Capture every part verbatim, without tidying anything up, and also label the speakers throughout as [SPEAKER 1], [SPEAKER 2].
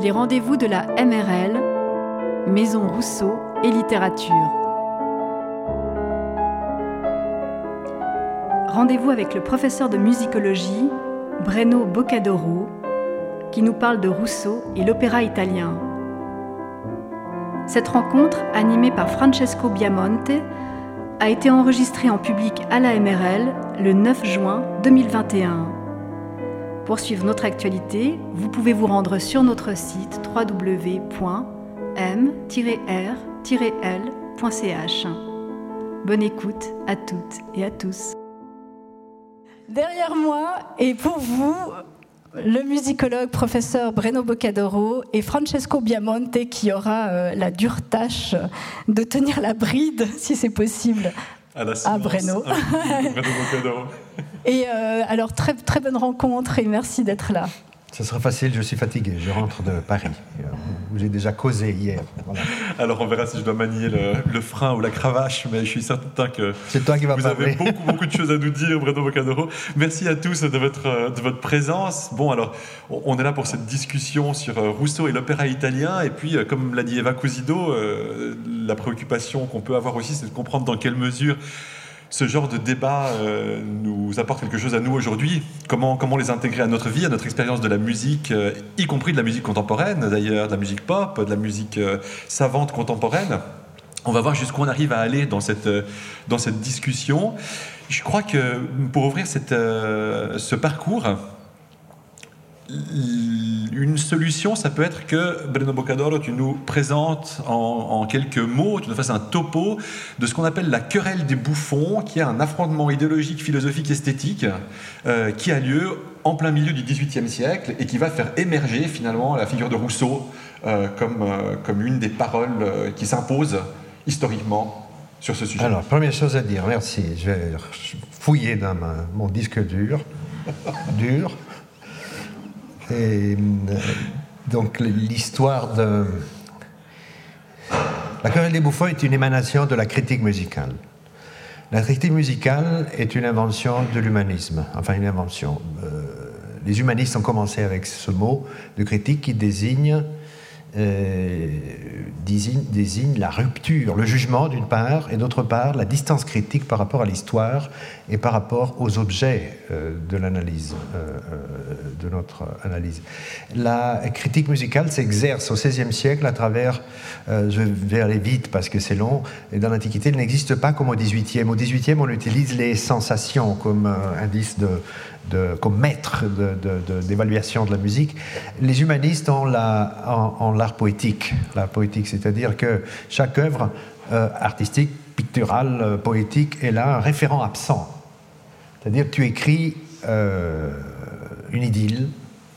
[SPEAKER 1] les rendez-vous de la M R L, Maison Rousseau et Littérature. Rendez-vous avec le professeur de musicologie, Breno Boccadoro, qui nous parle de Rousseau et l'opéra italien. Cette rencontre, animée par Francesco Biamonte, a été enregistrée en public à la M R L le neuf juin deux mille vingt et un. Pour suivre notre actualité, vous pouvez vous rendre sur notre site w w w point m tiret r tiret l point c h. Bonne écoute à toutes et à tous. Derrière moi et pour vous, le musicologue professeur Breno Boccadoro et Francesco Biamonte qui aura euh, la dure tâche de tenir la bride, si c'est possible,
[SPEAKER 2] à, la
[SPEAKER 1] à Breno.
[SPEAKER 2] Breno Boccadoro.
[SPEAKER 1] Et euh, alors, très, très bonne rencontre et merci d'être là.
[SPEAKER 3] Ce sera facile, je suis fatigué, je rentre de Paris, où j'ai déjà causé hier. Voilà.
[SPEAKER 2] Alors on verra si je dois manier le, le frein ou la cravache, mais je suis certain que
[SPEAKER 3] c'est toi qui vas
[SPEAKER 2] vous
[SPEAKER 3] parler.
[SPEAKER 2] avez beaucoup, beaucoup de choses à nous dire, Breno Boccadoro. Merci à tous de votre, de votre présence. Bon, alors, on est là pour cette discussion sur Rousseau et l'opéra italien, et puis, comme l'a dit Eva Cousido, euh, la préoccupation qu'on peut avoir aussi, c'est de comprendre dans quelle mesure ce genre de débat euh, nous apporte quelque chose à nous aujourd'hui. Comment, comment les intégrer à notre vie, à notre expérience de la musique, euh, y compris de la musique contemporaine, d'ailleurs, de la musique pop, de la musique euh, savante contemporaine. On va voir jusqu'où on arrive à aller dans cette, euh, dans cette discussion. Je crois que pour ouvrir cette, euh, ce parcours, une solution, ça peut être que, Breno Boccadoro, tu nous présentes en, en quelques mots, tu nous fasses un topo de ce qu'on appelle la querelle des bouffons, qui est un affrontement idéologique, philosophique, esthétique, euh, qui a lieu en plein milieu du dix-huitième siècle et qui va faire émerger finalement la figure de Rousseau euh, comme, euh, comme une des paroles euh, qui s'imposent historiquement sur ce sujet.
[SPEAKER 3] Alors, première chose à dire, merci. Je vais fouiller dans ma, mon disque dur, dur. Et donc l'histoire de la querelle des bouffons est une émanation de la critique musicale. La critique musicale est une invention de l'humanisme, enfin une invention. Euh, les humanistes ont commencé avec ce mot de critique qui désigne, euh, désigne, désigne la rupture, le jugement d'une part, et d'autre part la distance critique par rapport à l'histoire et par rapport aux objets euh, de l'analyse, euh, de notre analyse. La critique musicale s'exerce au seizième siècle à travers, euh, je vais aller vite parce que c'est long, et dans l'Antiquité, elle n'existe pas comme au dix-huitième. Au dix-huitième, on utilise les sensations comme euh, indice de, de, comme maître de, de, de, d'évaluation de la musique. Les humanistes ont, la, ont, ont l'art poétique, l'art poétique, c'est-à-dire que chaque œuvre euh, artistique, picturale, euh, poétique est là un référent absent. C'est-à-dire que tu écris euh, une idylle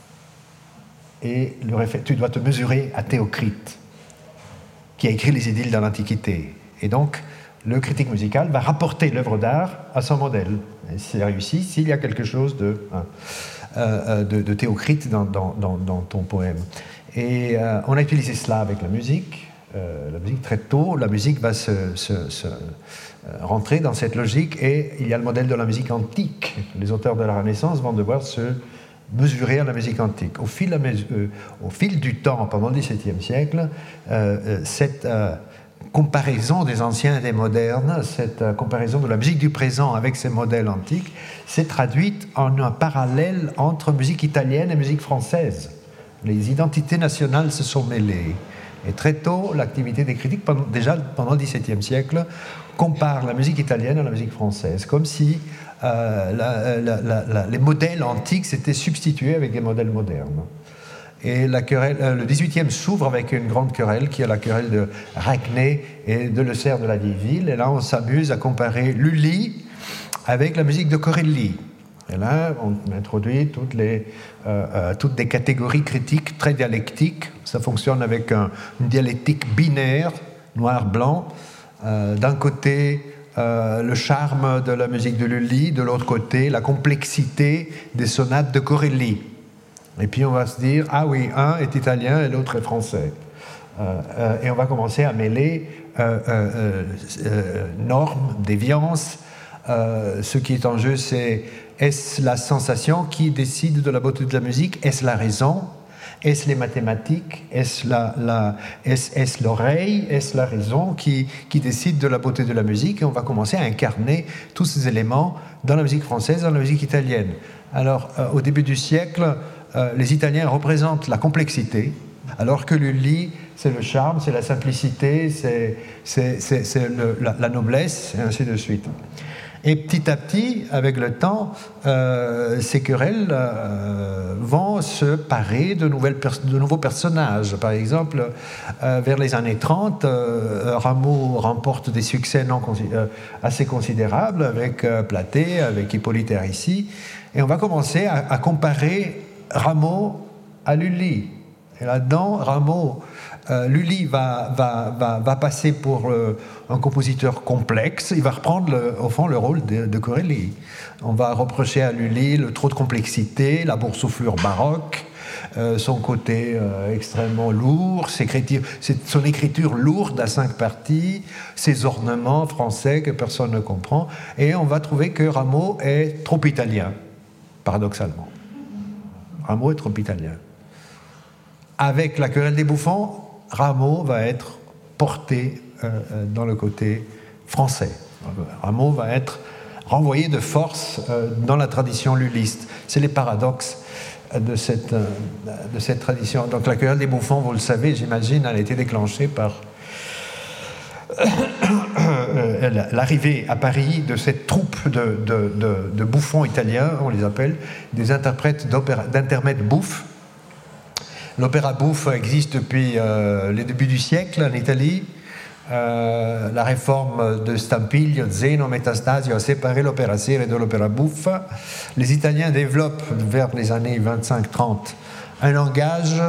[SPEAKER 3] et le réfé- tu dois te mesurer à Théocrite, qui a écrit les idylles dans l'Antiquité. Et donc, le critique musical va rapporter l'œuvre d'art à son modèle. Et c'est réussi s'il y a quelque chose de, hein, euh, de, de Théocrite dans, dans, dans, dans ton poème. Et euh, on a utilisé cela avec la musique. Euh, la musique très tôt, la musique va se, se, se rentrer dans cette logique, et il y a le modèle de la musique antique. Les auteurs de la Renaissance vont devoir se mesurer à la musique antique. Au fil, euh, au fil du temps, pendant le dix-septième siècle, euh, cette euh, comparaison des anciens et des modernes, cette euh, comparaison de la musique du présent avec ces modèles antiques, s'est traduite en un parallèle entre musique italienne et musique française. Les identités nationales se sont mêlées. Et très tôt, l'activité des critiques, pendant, déjà pendant le dix-septième siècle, compare la musique italienne à la musique française, comme si euh, la, la, la, la, les modèles antiques s'étaient substitués avec des modèles modernes. Et la querelle, euh, le dix-huitième s'ouvre avec une grande querelle, qui est la querelle de Rackney et de Le Cerf de la Vieille Ville. Et là, on s'amuse à comparer Lully avec la musique de Corelli. Et là, on introduit toutes, les, euh, euh, toutes des catégories critiques très dialectiques. Ça fonctionne avec un, une dialectique binaire, noir-blanc. Euh, d'un côté, euh, le charme de la musique de Lully, de l'autre côté, la complexité des sonates de Corelli. Et puis on va se dire, ah oui, un est italien et l'autre est français. Euh, euh, et on va commencer à mêler euh, euh, euh, normes, déviances. Euh, ce qui est en jeu, c'est est-ce la sensation qui décide de la beauté de la musique? Est-ce la raison? Est-ce les mathématiques? Est-ce la, la, est-ce, est-ce l'oreille? Est-ce la raison qui, qui décide de la beauté de la musique? Et on va commencer à incarner tous ces éléments dans la musique française, dans la musique italienne. Alors, euh, au début du siècle, euh, les Italiens représentent la complexité, alors que Lully, c'est le charme, c'est la simplicité, c'est, c'est, c'est, c'est le, la, la noblesse, et ainsi de suite. Et petit à petit, avec le temps, euh, ces querelles euh, vont se parer de, nouvelles pers- de nouveaux personnages. Par exemple, euh, vers les années trente, euh, Rameau remporte des succès non consi- euh, assez considérables avec euh, Platé, avec Hippolyte Hérissi. Et on va commencer à, à comparer Rameau à Lully. Et là-dedans, Rameau, euh, Lully va, va, va, va passer pour euh, un compositeur complexe. Il va reprendre, le, au fond, le rôle de, de Corelli. On va reprocher à Lully le trop de complexité, la boursouflure baroque, euh, son côté euh, extrêmement lourd, ses écriture, son écriture lourde à cinq parties, ses ornements français que personne ne comprend. Et on va trouver que Rameau est trop italien, paradoxalement. Rameau est trop italien. Avec la querelle des bouffons, Rameau va être porté euh, dans le côté français. Rameau va être renvoyé de force euh, dans la tradition lulliste. C'est les paradoxes de cette, euh, de cette tradition. Donc la querelle des bouffons, vous le savez, j'imagine, elle a été déclenchée par l'arrivée à Paris de cette troupe de, de, de, de bouffons italiens, on les appelle, des interprètes d'intermèdes bouffes. L'opéra bouffe existe depuis euh, les débuts du siècle en Italie. Euh, la réforme de Stampiglio, Zeno, Metastasio a séparé l'opéra seria de l'opéra bouffe. Les Italiens développent vers les années vingt-cinq trente un langage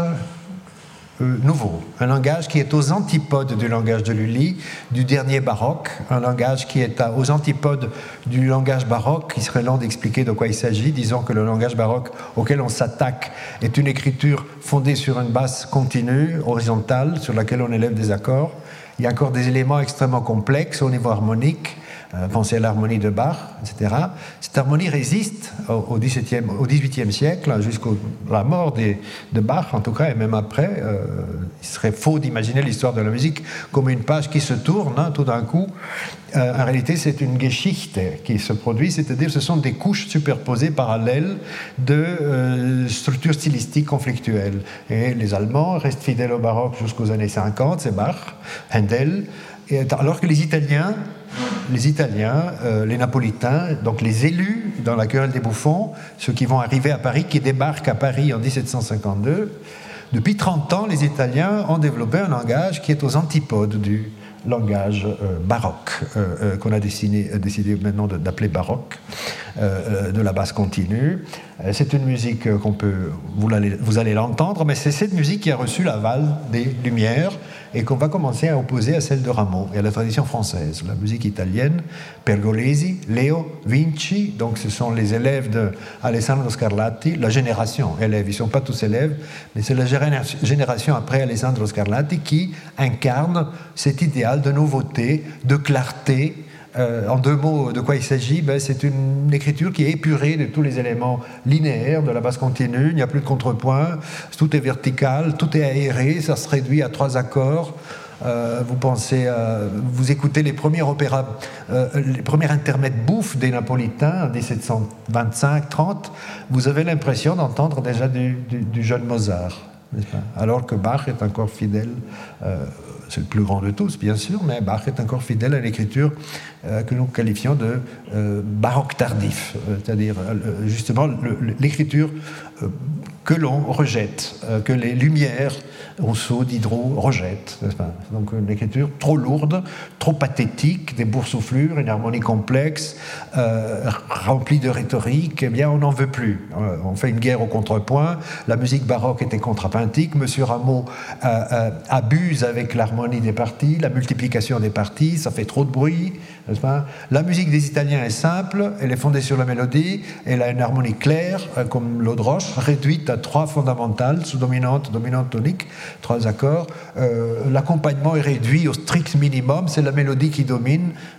[SPEAKER 3] Euh, nouveau, un langage qui est aux antipodes du langage de Lully, du dernier baroque, un langage qui est à, aux antipodes du langage baroque, qui serait long d'expliquer de quoi il s'agit. Disons que le langage baroque auquel on s'attaque est une écriture fondée sur une basse continue, horizontale, sur laquelle on élève des accords. Il y a encore des éléments extrêmement complexes au niveau harmonique. Euh, pensez à l'harmonie de Bach, et cetera. Cette harmonie résiste au dix-septième, au dix-huitième siècle, jusqu'à la mort des, de Bach, en tout cas, et même après. Euh, il serait faux d'imaginer l'histoire de la musique comme une page qui se tourne, hein, tout d'un coup. Euh, en réalité, c'est une Geschichte qui se produit, c'est-à-dire ce sont des couches superposées, parallèles, de euh, structures stylistiques conflictuelles. Et les Allemands restent fidèles au baroque jusqu'aux années cinquante, c'est Bach, Handel, et, alors que les Italiens, les Italiens, euh, les Napolitains, donc les élus dans la querelle des bouffons, ceux qui vont arriver à Paris, qui débarquent à Paris en dix-sept cent cinquante-deux, depuis trente ans, les Italiens ont développé un langage qui est aux antipodes du langage euh, baroque, euh, euh, qu'on a décidé, décidé maintenant de, d'appeler baroque, euh, de la basse continue. Euh, c'est une musique qu'on peut, vous allez, vous allez l'entendre, mais c'est cette musique qui a reçu l'aval des Lumières et qu'on va commencer à opposer à celle de Rameau et à la tradition française. La musique italienne, Pergolesi, Leo, Vinci, donc ce sont les élèves de Alessandro Scarlatti, la génération élève, ils ne sont pas tous élèves, mais c'est la génération après Alessandro Scarlatti qui incarne cet idéal de nouveauté, de clarté. Euh, en deux mots, de quoi il s'agit? Ben, c'est une écriture qui est épurée de tous les éléments linéaires de la basse continue. Il n'y a plus de contrepoint, tout est vertical, tout est aéré, ça se réduit à trois accords. Euh, vous pensez, euh, vous écoutez les premiers opéras, euh, les premiers intermèdes bouffes des Napolitains en dix-sept cent vingt-cinq trente, vous avez l'impression d'entendre déjà du, du, du jeune Mozart, n'est-ce pas? Alors que Bach est encore fidèle. Euh, C'est le plus grand de tous, bien sûr, mais Bach est encore fidèle à l'écriture euh, que nous qualifions de euh, baroque tardif, euh, c'est-à-dire euh, justement le, l'écriture euh, que l'on rejette, euh, que les Lumières, Rousseau, Diderot rejettent, n'est-ce pas? Donc une écriture trop lourde, trop pathétique, des boursouflures, une harmonie complexe, euh, remplie de rhétorique, eh bien on n'en veut plus. Euh, on fait une guerre au contrepoint, la musique baroque était contrapuntique, Monsieur Rameau euh, euh, abuse avec l'harmonie des parties, la multiplication des parties, ça fait trop de bruit, n'est-ce pas? La musique des Italiens est simple, elle est fondée sur la mélodie, elle a une harmonie claire, euh, comme l'eau de roche, réduite à trois fondamentales, sous-dominante, dominante, tonique, trois accords. Euh, l'accompagnement est réduit au strict minimum, c'est la mélodie qui domine.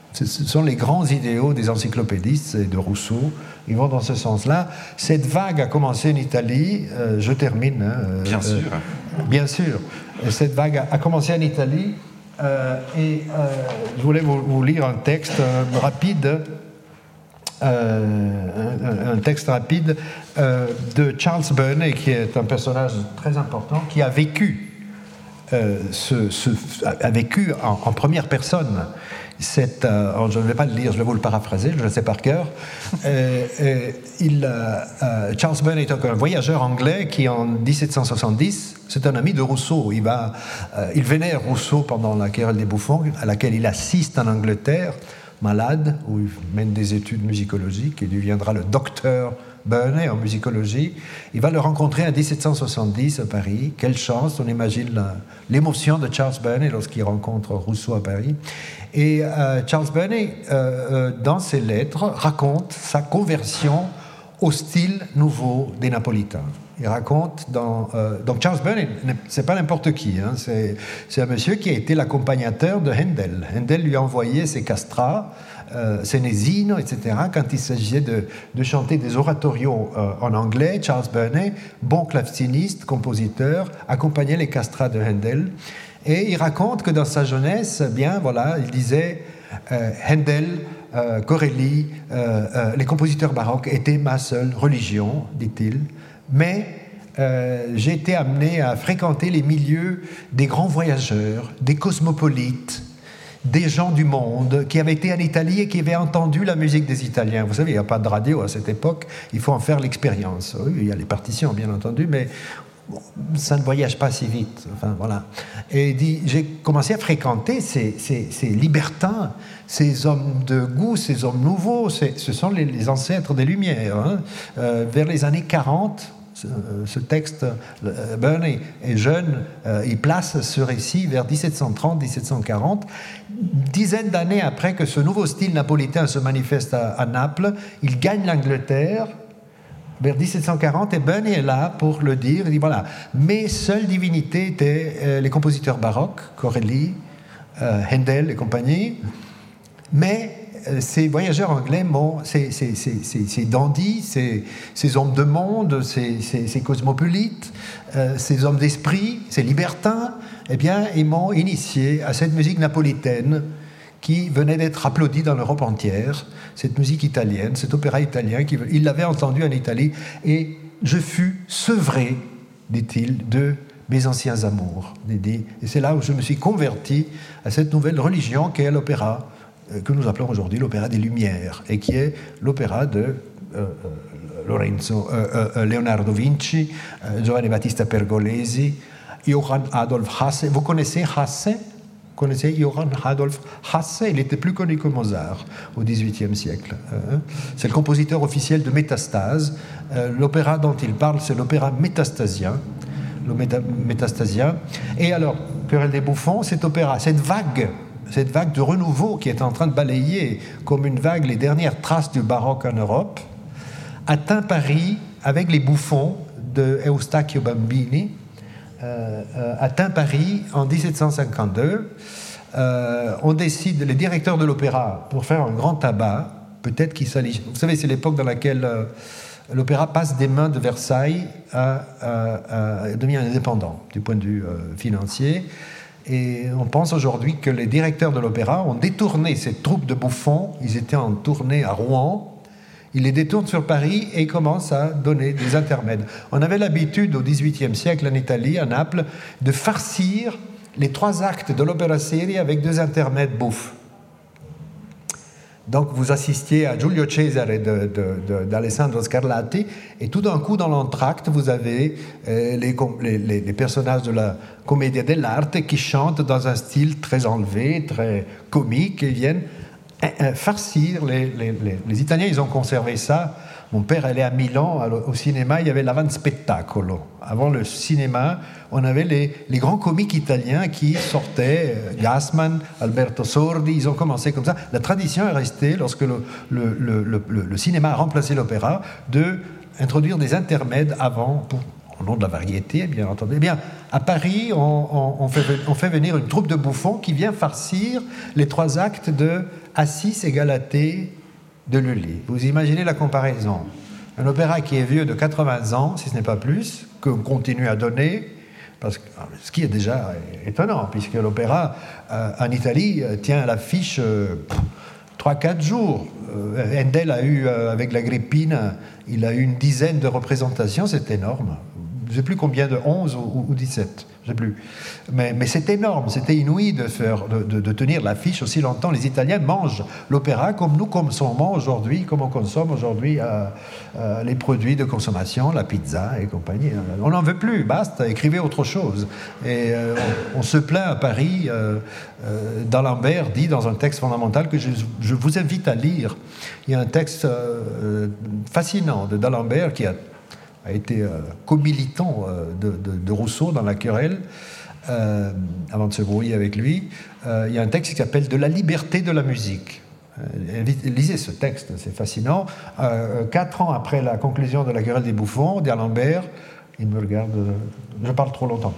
[SPEAKER 3] Ce sont les grands idéaux des encyclopédistes et de Rousseau. Ils vont dans ce sens-là. Cette vague a commencé en Italie. Euh, je termine. Hein,
[SPEAKER 2] bien
[SPEAKER 3] euh,
[SPEAKER 2] sûr.
[SPEAKER 3] Euh, bien sûr. Cette vague a, a commencé en Italie. Euh, et euh, je voulais vous, vous lire un texte euh, rapide. Euh, un, un texte rapide euh, de Charles Burney, qui est un personnage très important, qui a vécu, euh, ce, ce, a vécu en, en première personne. Cette, euh, je ne vais pas le lire, je vais vous le paraphraser, je le sais par cœur. euh, euh, il, euh, Charles Burney est un voyageur anglais qui, en dix-sept cent soixante-dix, c'est un ami de Rousseau. Il, va, euh, il vénère Rousseau pendant la querelle des bouffons, à laquelle il assiste en Angleterre, malade, où il mène des études musicologiques. Il deviendra le docteur Burney en musicologie. Il va le rencontrer en dix-sept cent soixante-dix à Paris. Quelle chance, on imagine la, l'émotion de Charles Burney lorsqu'il rencontre Rousseau à Paris. Et euh, Charles Burney, euh, euh, dans ses lettres, raconte sa conversion au style nouveau des Napolitains. Il raconte dans... Euh, donc Charles Burney, c'est pas n'importe qui, hein, c'est, c'est un monsieur qui a été l'accompagnateur de Handel. Handel lui a envoyé ses castrats, euh, ses Nesino, et cetera. Quand il s'agissait de, de chanter des oratorios euh, en anglais, Charles Burney, bon claveciniste, compositeur, accompagnait les castrats de Handel. Et il raconte que dans sa jeunesse, bien, voilà, il disait euh, Handel, euh, Corelli, euh, euh, les compositeurs baroques étaient ma seule religion, dit-il. Mais euh, j'ai été amené à fréquenter les milieux des grands voyageurs, des cosmopolites, des gens du monde qui avaient été en Italie et qui avaient entendu la musique des Italiens. Vous savez, il n'y a pas de radio à cette époque, il faut en faire l'expérience. Oui, il y a les partitions, bien entendu, mais bon, ça ne voyage pas si vite. Enfin, voilà. Et il dit, j'ai commencé à fréquenter ces, ces, ces libertins, ces hommes de goût, ces hommes nouveaux. C'est, ce sont les, les ancêtres des Lumières. Hein. Euh, vers les années quarante, ce texte, Burney est jeune, euh, il place ce récit vers dix-sept cent trente à dix-sept cent quarante. Dizaine d'années après que ce nouveau style napolitain se manifeste à, à Naples, il gagne l'Angleterre vers dix-sept cent quarante et Burney est là pour le dire. Il dit voilà, mes seules divinités étaient euh, les compositeurs baroques, Corelli, euh, Handel et compagnie, mais ces voyageurs anglais, ces, ces, ces, ces, ces dandys, ces, ces hommes de monde, ces, ces, ces cosmopolites, euh, ces hommes d'esprit, ces libertins, eh bien, ils m'ont initié à cette musique napolitaine qui venait d'être applaudie dans l'Europe entière, cette musique italienne, cet opéra italien, qui, il l'avait entendu en Italie, et je fus sevré, dit-il, de mes anciens amours. Et c'est là où je me suis converti à cette nouvelle religion qu'est l'opéra, que nous appelons aujourd'hui l'opéra des Lumières, et qui est l'opéra de euh, Lorenzo, euh, euh, Leonardo Vinci, euh, Giovanni Battista Pergolesi, Johann Adolf Hasse. Vous connaissez Hasse? Vous connaissez Johann Adolf Hasse? Il était plus connu que Mozart au dix-huitième siècle. Euh, c'est le compositeur officiel de Métastase. Euh, l'opéra dont il parle, c'est l'opéra métastasien. Le méta- métastasien. Et alors, Querelle des bouffons, cet opéra, cette vague cette vague de renouveau qui est en train de balayer comme une vague les dernières traces du baroque en Europe, atteint Paris avec les bouffons de Eustachio Bambini, euh, euh, atteint Paris en dix-sept cent cinquante-deux. Euh, on décide, les directeurs de l'opéra, pour faire un grand tabac, peut-être qu'il s'agit... Vous savez, c'est l'époque dans laquelle euh, l'opéra passe des mains de Versailles à, à, à devient indépendant du point de vue euh, financier. Et on pense aujourd'hui que les directeurs de l'opéra ont détourné cette troupe de bouffons. Ils étaient en tournée à Rouen. Ils les détournent sur Paris et commencent à donner des intermèdes. On avait l'habitude au dix-huitième siècle en Italie, à Naples, de farcir les trois actes de l'opéra seria avec deux intermèdes bouffes. Donc vous assistiez à Giulio Cesare de, de, de, d'Alessandro Scarlatti et tout d'un coup dans l'entracte vous avez euh, les, les, les personnages de la Commedia dell'arte qui chantent dans un style très enlevé, très comique et viennent euh, euh, farcir les, les, les, les Italiens. Ils ont conservé ça. Mon père allait à Milan au cinéma, il y avait l'avant-spettacolo. Avant le cinéma, on avait les, les grands comiques italiens qui sortaient, Gassman, Alberto Sordi, ils ont commencé comme ça. La tradition est restée, lorsque le, le, le, le, le cinéma a remplacé l'opéra, d'introduire des intermèdes avant, pour, au nom de la variété, bien entendu. Eh bien, à Paris, on, on, on, fait, on fait venir une troupe de bouffons qui vient farcir les trois actes de Assis et Galatée de Lully. Vous imaginez la comparaison. Un opéra qui est vieux de quatre-vingts ans, si ce n'est pas plus, qu'on continue à donner, parce que, ce qui est déjà étonnant, puisque l'opéra euh, en Italie tient l'affiche euh, trois à quatre jours. Euh, Handel a eu, euh, avec la Grippine, il a eu une dizaine de représentations, c'est énorme. Je ne sais plus combien de onze ou, ou dix-sept, je ne sais plus. Mais, mais c'est énorme, c'était inouï de, faire, de, de, de tenir l'affiche aussi longtemps. Les Italiens mangent l'opéra comme nous consommons aujourd'hui, comme on consomme aujourd'hui euh, euh, les produits de consommation, la pizza et compagnie. On n'en veut plus, basta, écrivez autre chose. Et euh, on, on se plaint à Paris, euh, euh, d'Alembert dit dans un texte fondamental que je, je vous invite à lire. Il y a un texte euh, fascinant de d'Alembert qui a a été euh, co-militant euh, de, de, de Rousseau dans la querelle, euh, avant de se brouiller avec lui. Euh, il y a un texte qui s'appelle « De la liberté de la musique ». Euh, lisez ce texte, c'est fascinant. Euh, quatre ans après la conclusion de la querelle des bouffons, d'Alembert, il me regarde, euh, je parle trop longtemps.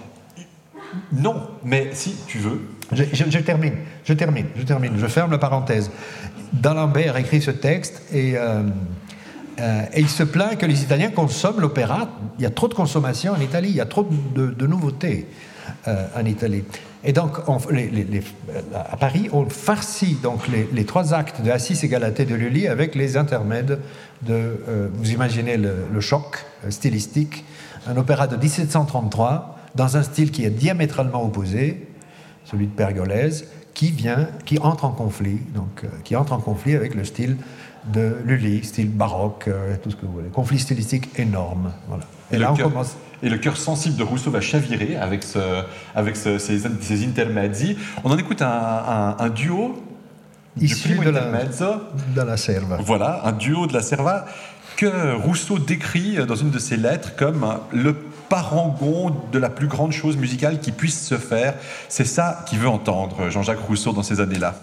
[SPEAKER 2] Non, mais si tu veux.
[SPEAKER 3] Je, je, je termine, je termine, je termine, je ferme la parenthèse. D'Alembert écrit ce texte et... Euh, Euh, et il se plaint que les Italiens consomment l'opéra. Il y a trop de consommation en Italie, il y a trop de, de nouveautés euh, en Italie. Et donc, on, les, les, les, à Paris, on farcit donc les, les trois actes de Assis et Galatée de Lully avec les intermèdes de, euh, vous imaginez le, le choc stylistique, un opéra de dix-sept cent trente-trois, dans un style qui est diamétralement opposé, celui de Pergolèse, qui vient, qui entre en conflit, donc, euh, qui entre en conflit avec le style de Lully, style baroque, euh, tout ce que vous voulez. Conflit stylistique énorme. Voilà.
[SPEAKER 2] Et, et, là, on commence... et le cœur sensible de Rousseau va chavirer avec, ce, avec ce, ces, ces intermezzi. On en écoute un, un, un duo
[SPEAKER 3] issu de la, de la Serva.
[SPEAKER 2] Voilà, un duo de la Serva que Rousseau décrit dans une de ses lettres comme le parangon de la plus grande chose musicale qui puisse se faire. C'est ça qu'il veut entendre, Jean-Jacques Rousseau, dans ces années-là.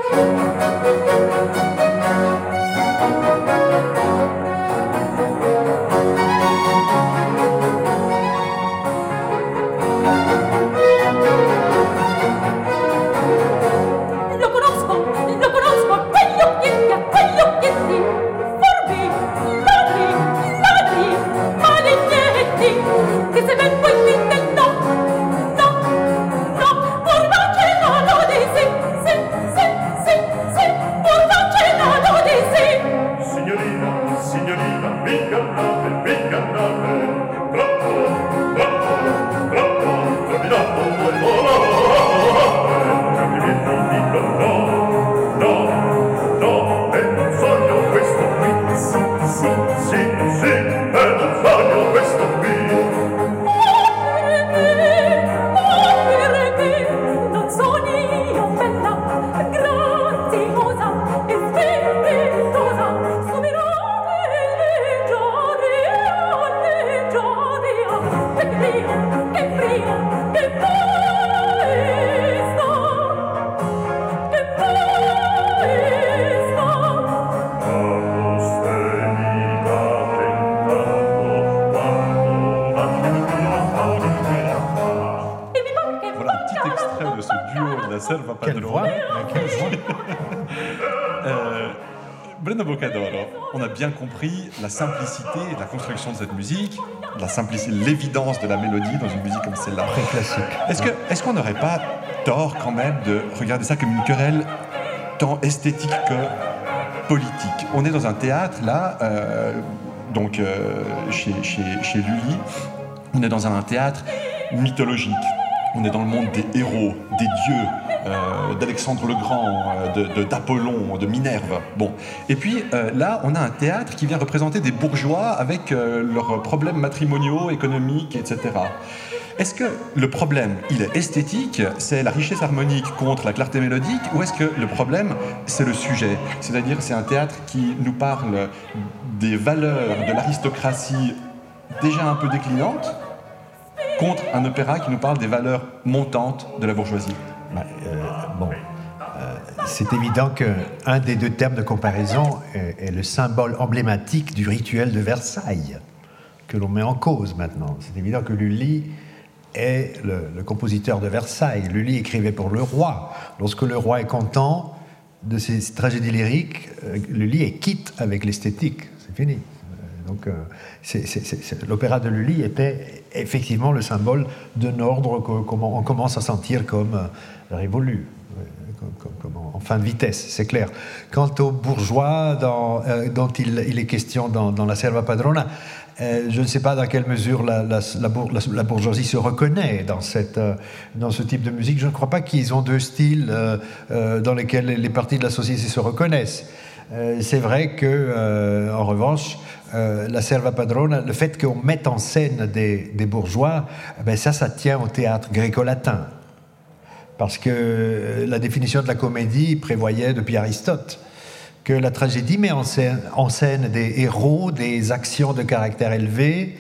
[SPEAKER 3] Quelle voix, quelle voix.
[SPEAKER 2] euh, Breno Boccadoro, on a bien compris la simplicité de la construction de cette musique, la simplicité, l'évidence de la mélodie dans une musique comme celle-là.
[SPEAKER 3] Très classique.
[SPEAKER 2] Est-ce que, est-ce qu'on n'aurait pas tort quand même de regarder ça comme une querelle tant esthétique que politique? On est dans un théâtre là, euh, donc euh, chez, chez, chez Lully, on est dans un théâtre mythologique. On est dans le monde des héros, des dieux, euh, d'Alexandre le Grand, euh, de, de, d'Apollon, de Minerve. Bon. Et puis euh, là, on a un théâtre qui vient représenter des bourgeois avec euh, leurs problèmes matrimoniaux, économiques, et cetera. Est-ce que le problème, il est esthétique, c'est la richesse harmonique contre la clarté mélodique, ou est-ce que le problème, c'est le sujet? C'est-à-dire, c'est un théâtre qui nous parle des valeurs de l'aristocratie déjà un peu déclinantes, contre un opéra qui nous parle des valeurs montantes de la bourgeoisie.
[SPEAKER 3] Bah, euh, bon, euh, c'est évident qu'un des deux termes de comparaison est, est le symbole emblématique du rituel de Versailles, que l'on met en cause maintenant. C'est évident que Lully est le, le compositeur de Versailles. Lully écrivait pour le roi. Lorsque le roi est content, de ces tragédies lyriques, euh, Lully est quitte avec l'esthétique, c'est fini. Euh, donc, euh, c'est, c'est, c'est, l'opéra de Lully était effectivement le symbole d'un ordre qu'on commence à sentir comme euh, révolu, euh, comme, comme, comme en, en fin de vitesse, c'est clair. Quant aux bourgeois dans, euh, dont il, il est question dans, dans la Serva Padrona, Euh, je ne sais pas dans quelle mesure la, la, la, la, la bourgeoisie se reconnaît dans, cette, euh, dans ce type de musique. Je ne crois pas qu'ils ont deux styles euh, euh, dans lesquels les parties de la société se reconnaissent. Euh, c'est vrai que, euh, en revanche, euh, la Serva Padrona, le fait qu'on mette en scène des, des bourgeois, ben ça, ça tient au théâtre gréco-latin. Parce que la définition de la comédie prévoyait, depuis Aristote, que la tragédie met en scène, en scène des héros, des actions de caractère élevé,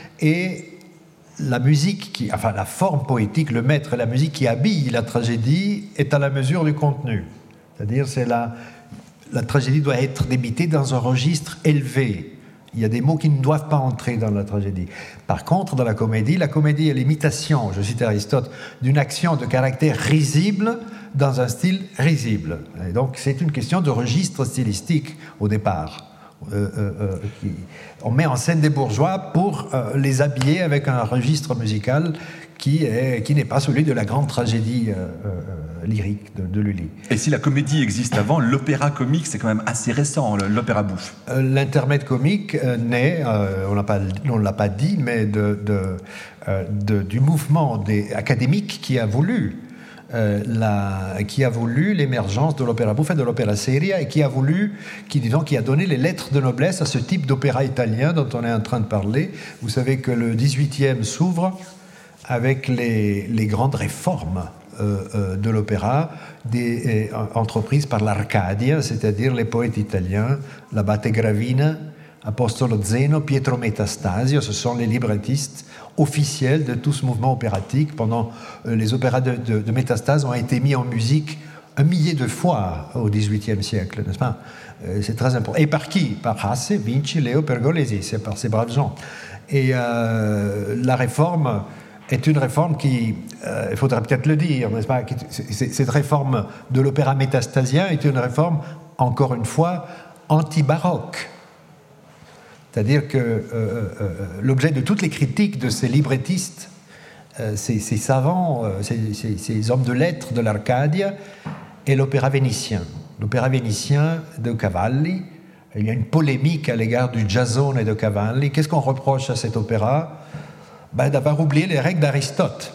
[SPEAKER 3] et la musique, qui, enfin la forme poétique, le maître, la musique qui habille la tragédie est à la mesure du contenu. C'est-à-dire, c'est la, la tragédie doit être débitée dans un registre élevé. Il y a des mots qui ne doivent pas entrer dans la tragédie. Par contre, dans la comédie, la comédie est l'imitation, je cite Aristote, d'une action de caractère risible dans un style risible. Et donc, c'est une question de registre stylistique au départ. Euh, euh, euh, qui, on met en scène des bourgeois pour euh, les habiller avec un registre musical qui, est, qui n'est pas celui de la grande tragédie euh, euh, lyrique de, de Lully.
[SPEAKER 4] Et si la comédie existe avant, l'opéra comique, c'est quand même assez récent, l'opéra bouffe.
[SPEAKER 3] Euh, L'intermède comique euh, naît, euh, on ne l'a pas dit, mais de, de, euh, de, du mouvement des académiques qui a voulu Euh, la, qui a voulu l'émergence de l'opéra bouffe et de l'opéra seria, et qui a voulu, qui, disons, qui a donné les lettres de noblesse à ce type d'opéra italien dont on est en train de parler. Vous savez que le dix-huitième s'ouvre avec les, les grandes réformes euh, euh, de l'opéra des, euh, entreprises par l'Arcadia, c'est-à-dire les poètes italiens, l'Abate Gravina, Apostolo Zeno, Pietro Metastasio. Ce sont les librettistes officiels de tout ce mouvement opératique. Pendant euh, les opéras de, de, de Métastase ont été mis en musique un millier de fois au dix-huitième siècle, n'est-ce pas? euh, C'est très important. Et par qui? Par Hasse, Vinci, Leo Pergolesi, c'est par ces braves gens. Et euh, la réforme est une réforme qui, euh, il faudrait peut-être le dire, n'est-ce pas? Cette réforme de l'opéra métastasien est une réforme, encore une fois, anti-baroque. C'est-à-dire que euh, euh, l'objet de toutes les critiques de ces librettistes, euh, ces, ces savants, euh, ces, ces, ces hommes de lettres de l'Arcadia, est l'opéra vénitien. L'opéra vénitien de Cavalli. Il y a une polémique à l'égard du Giasone de Cavalli. Qu'est-ce qu'on reproche à cet opéra? Ben, d'avoir oublié les règles d'Aristote.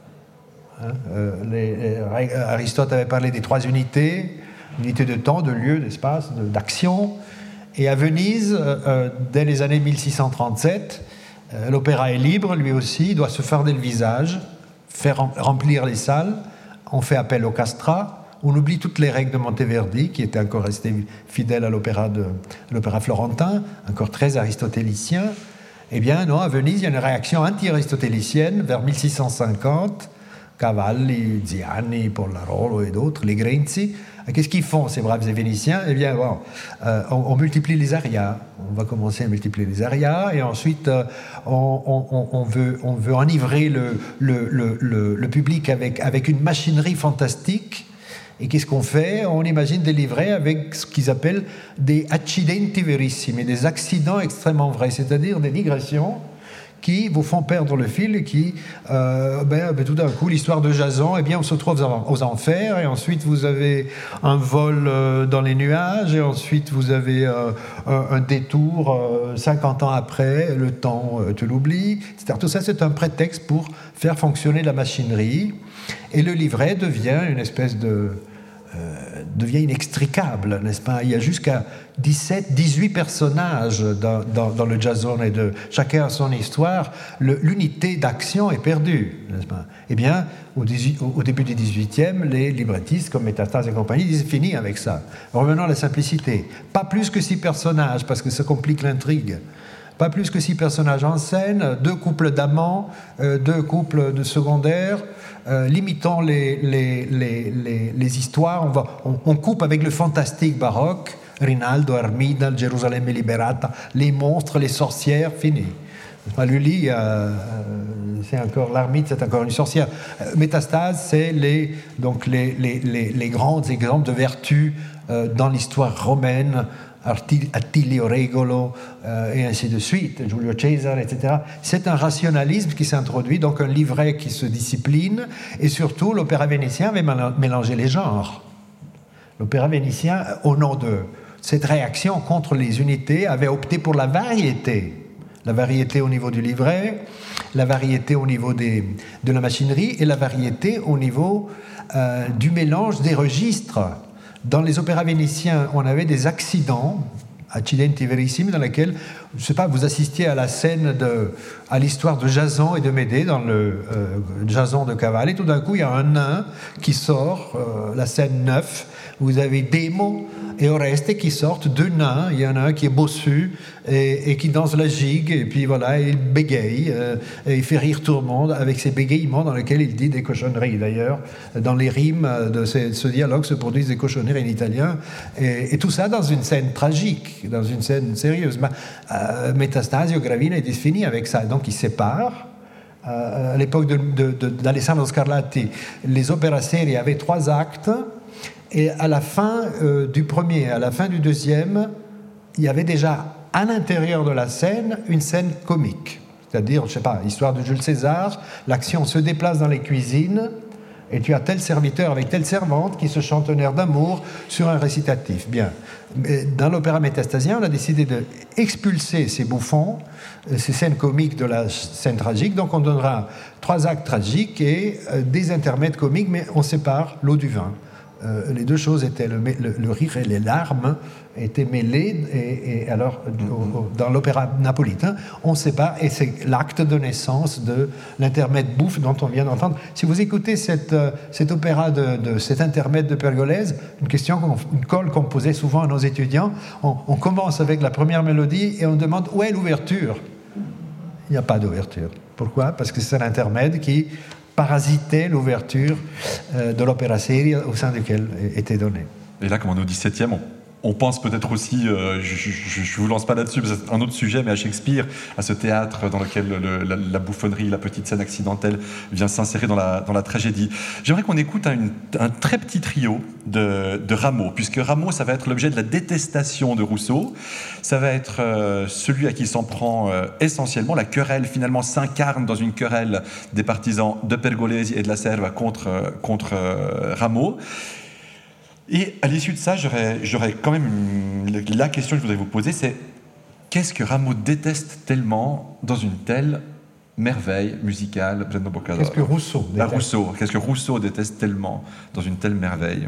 [SPEAKER 3] Hein, euh, les, les, Aristote avait parlé des trois unités, unité de temps, de lieu, d'espace, de, d'action. Et à Venise, euh, dès les années mille six cent trente-sept, euh, l'opéra est libre, lui aussi, il doit se farder le visage, faire remplir les salles, on fait appel au castrat, on oublie toutes les règles de Monteverdi, qui était encore resté fidèle à l'opéra, de, à l'opéra florentin, encore très aristotélicien. Eh bien non, à Venise, il y a une réaction anti-aristotélicienne vers mille six cent cinquante, Cavalli, Ziani, Pollarolo et d'autres, les Grenzi. Qu'est-ce qu'ils font, ces braves Vénitiens? Eh bien, bon, euh, on, on multiplie les arias. On va commencer à multiplier les arias, et ensuite, euh, on, on, on, veut, on veut enivrer le, le, le, le, le public avec, avec une machinerie fantastique. Et qu'est-ce qu'on fait? On imagine des livrets avec ce qu'ils appellent des accidenti verissimi, des accidents extrêmement vrais, c'est-à-dire des digressions qui vous font perdre le fil et qui, euh, ben, ben, tout d'un coup, l'histoire de Jason, eh bien, on se trouve aux enfers, et ensuite vous avez un vol euh, dans les nuages, et ensuite vous avez euh, un, un détour euh, cinquante ans après, le temps, euh, tu l'oublies, et cetera. Tout ça, c'est un prétexte pour faire fonctionner la machinerie, et le livret devient une espèce de... Euh, devient inextricable, n'est-ce pas? Il y a jusqu'à dix-sept, dix-huit personnages dans, dans, dans le Giasone, et de chacun a son histoire. Le, l'unité d'action est perdue, n'est-ce pas? Eh bien, au, dix-huit, au, au début du dix-huitième, les librettistes comme Métastase et compagnie disent fini avec ça. Revenons à la simplicité. Pas plus que six personnages, parce que ça complique l'intrigue. Pas plus que six personnages en scène, deux couples d'amants, euh, deux couples de secondaires. Euh, limitons les, les, les, les, les histoires, on, va, on, on coupe avec le fantastique baroque, Rinaldo, Armida, Jérusalem Liberata, les monstres, les sorcières, fini. Lully, euh, c'est encore l'Armide, c'est encore une sorcière. Euh, Métastase, c'est les, donc les, les, les, les grands exemples de vertu euh, dans l'histoire romaine, Attilio Regolo, euh, et ainsi de suite, Giulio Cesare, et cetera. C'est un rationalisme qui s'introduit, donc un livret qui se discipline, et surtout l'opéra vénitien avait mélangé les genres. L'opéra vénitien, au nom de cette réaction contre les unités, avait opté pour la variété. La variété au niveau du livret, la variété au niveau des, de la machinerie et la variété au niveau euh, du mélange des registres. Dans les opéras vénitiens, on avait des accidents, accidenti verissimi, dans lesquels, je ne sais pas, vous assistiez à la scène, de, à l'histoire de Jason et de Médée, dans le euh, Jason de Cavalli, et tout d'un coup, il y a un nain qui sort, euh, la scène neuf, vous avez Demo et Oreste qui sortent, deux nains, il y en a un qui est bossu et, et qui danse la gigue, et puis voilà, il bégaye, euh, et il fait rire tout le monde avec ses bégayements dans lesquels il dit des cochonneries. D'ailleurs, dans les rimes de ce, ce dialogue se produisent des cochonneries en italien, et, et tout ça dans une scène tragique, dans une scène sérieuse. Euh, Metastasio Gravina est fini avec ça, donc il sépare. Euh, à l'époque de, de, de, d'Alessandro Scarlatti, les opéras serie avaient trois actes. Et à la fin euh, du premier, à la fin du deuxième, il y avait déjà à l'intérieur de la scène une scène comique. C'est-à-dire, je ne sais pas, histoire de Jules César, l'action se déplace dans les cuisines et tu as tel serviteur avec telle servante qui se chante un air d'amour sur un récitatif. Bien. Mais dans l'opéra métastasien, on a décidé d'expulser ces bouffons, ces scènes comiques de la scène tragique. Donc on donnera trois actes tragiques et euh, des intermèdes comiques, mais on sépare l'eau du vin. Euh, les deux choses étaient, le, le, le rire et les larmes étaient mêlés, et, et alors mm-hmm. dans l'opéra napolitain, on sépare, et c'est l'acte de naissance de l'intermède bouffe dont on vient d'entendre. Si vous écoutez cette, euh, cet opéra, de, de cet intermède de Pergolèse, une question, une colle qu'on posait souvent à nos étudiants, on, on commence avec la première mélodie et on demande où est l'ouverture. Il n'y a pas d'ouverture. Pourquoi ? Parce que c'est l'intermède qui parasitait l'ouverture euh, de l'opéra serie au sein duquel était donnée.
[SPEAKER 4] Et là, comme on est au dix-septième, on, on pense peut-être aussi, euh, je ne vous lance pas là-dessus, c'est un autre sujet, mais à Shakespeare, à ce théâtre dans lequel le, la, la bouffonnerie, la petite scène accidentelle vient s'insérer dans la, dans la tragédie. J'aimerais qu'on écoute un, un très petit trio de, de Rameau, puisque Rameau, ça va être l'objet de la détestation de Rousseau, ça va être euh, celui à qui s'en prend euh, essentiellement. La querelle, finalement, s'incarne dans une querelle des partisans de Pergolesi et de la Serva contre, euh, contre euh, Rameau. Et à l'issue de ça, j'aurais, j'aurais quand même une, la question que je voudrais vous poser, c'est qu'est-ce que Rameau déteste tellement dans une telle merveille musicale?
[SPEAKER 3] Qu'est-ce que Rousseau déteste?
[SPEAKER 4] La Rousseau. Qu'est-ce que Rousseau déteste tellement dans une telle merveille?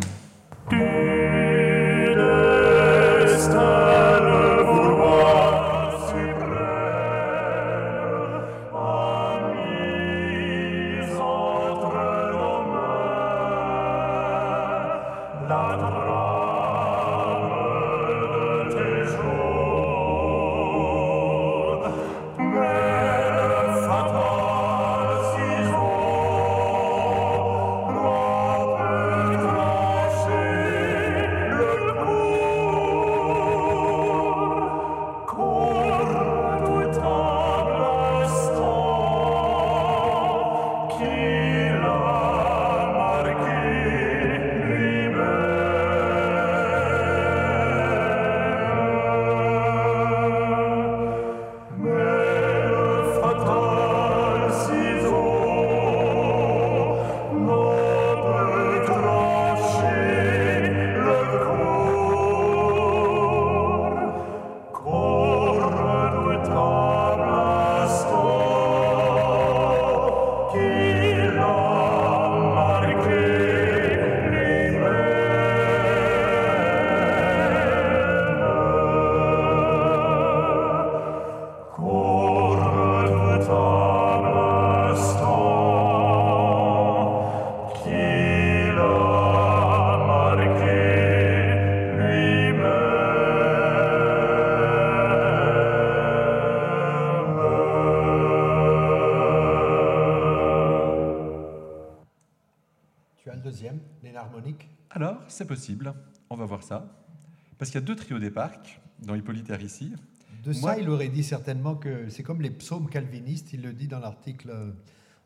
[SPEAKER 4] Alors, c'est possible, on va voir ça. Parce qu'il y a deux trios d'éparques dans Hippolyte et Aricie.
[SPEAKER 3] De Moi, ça, il aurait dit certainement que c'est comme les psaumes calvinistes, il le dit dans l'article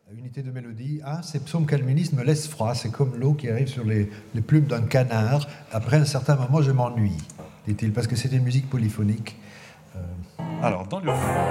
[SPEAKER 3] unité de mélodie. Ah, ces psaumes calvinistes me laissent froid, c'est comme l'eau qui arrive sur les, les plumes d'un canard. Après un certain moment, je m'ennuie, dit-il, parce que c'est une musique polyphonique. Euh...
[SPEAKER 4] Alors, dans le...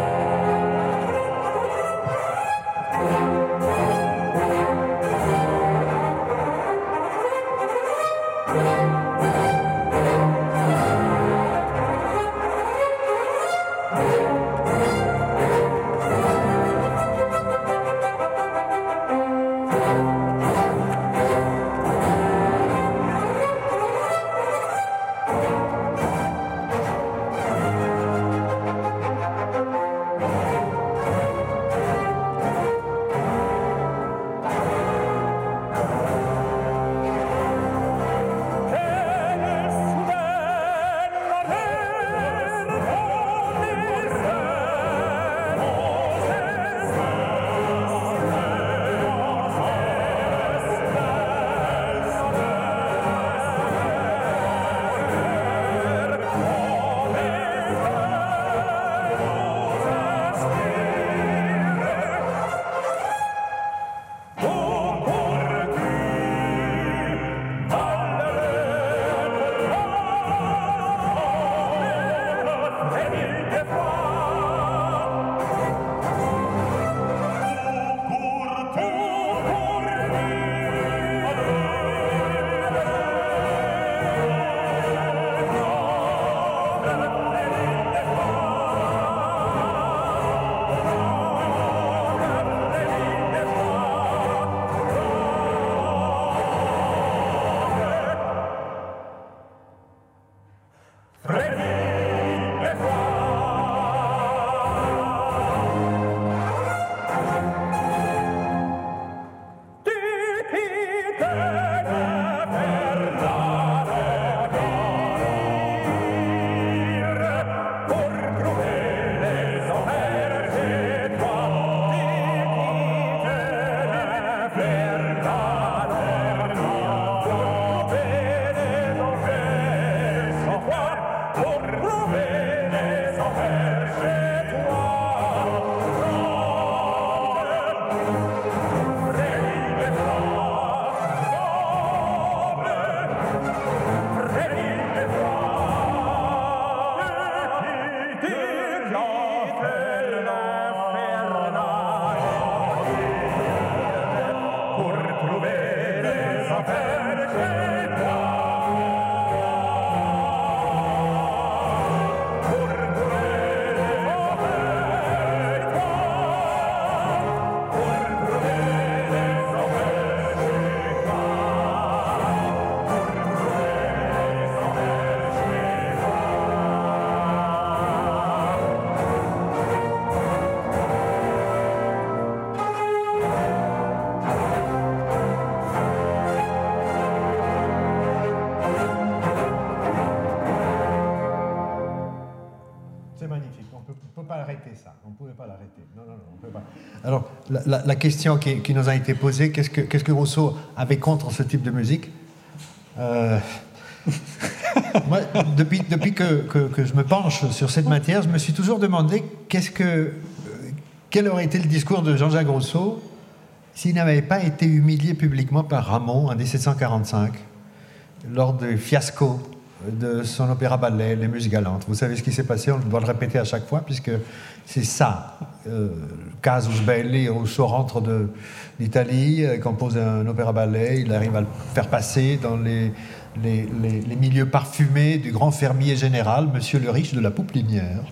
[SPEAKER 3] Ça. On ne pouvait pas l'arrêter. Non, non, non, on peut pas. Alors, la, la, la question qui, qui nous a été posée, qu'est-ce que, qu'est-ce que Rousseau avait contre ce type de musique euh... Moi, depuis, depuis que, que, que je me penche sur cette matière, je me suis toujours demandé qu'est-ce que, euh, quel aurait été le discours de Jean-Jacques Rousseau s'il n'avait pas été humilié publiquement par Rameau en dix-sept cent quarante-cinq, lors du fiasco de son opéra-ballet, Les Muses Galantes. Vous savez ce qui s'est passé, on doit le répéter à chaque fois, puisque c'est ça. Euh, Casus Belli, Rousseau rentre de, d'Italie, il compose un opéra-ballet, il arrive à le faire passer dans les, les, les, les milieux parfumés du grand fermier général, Monsieur le Riche de la Pouplinière,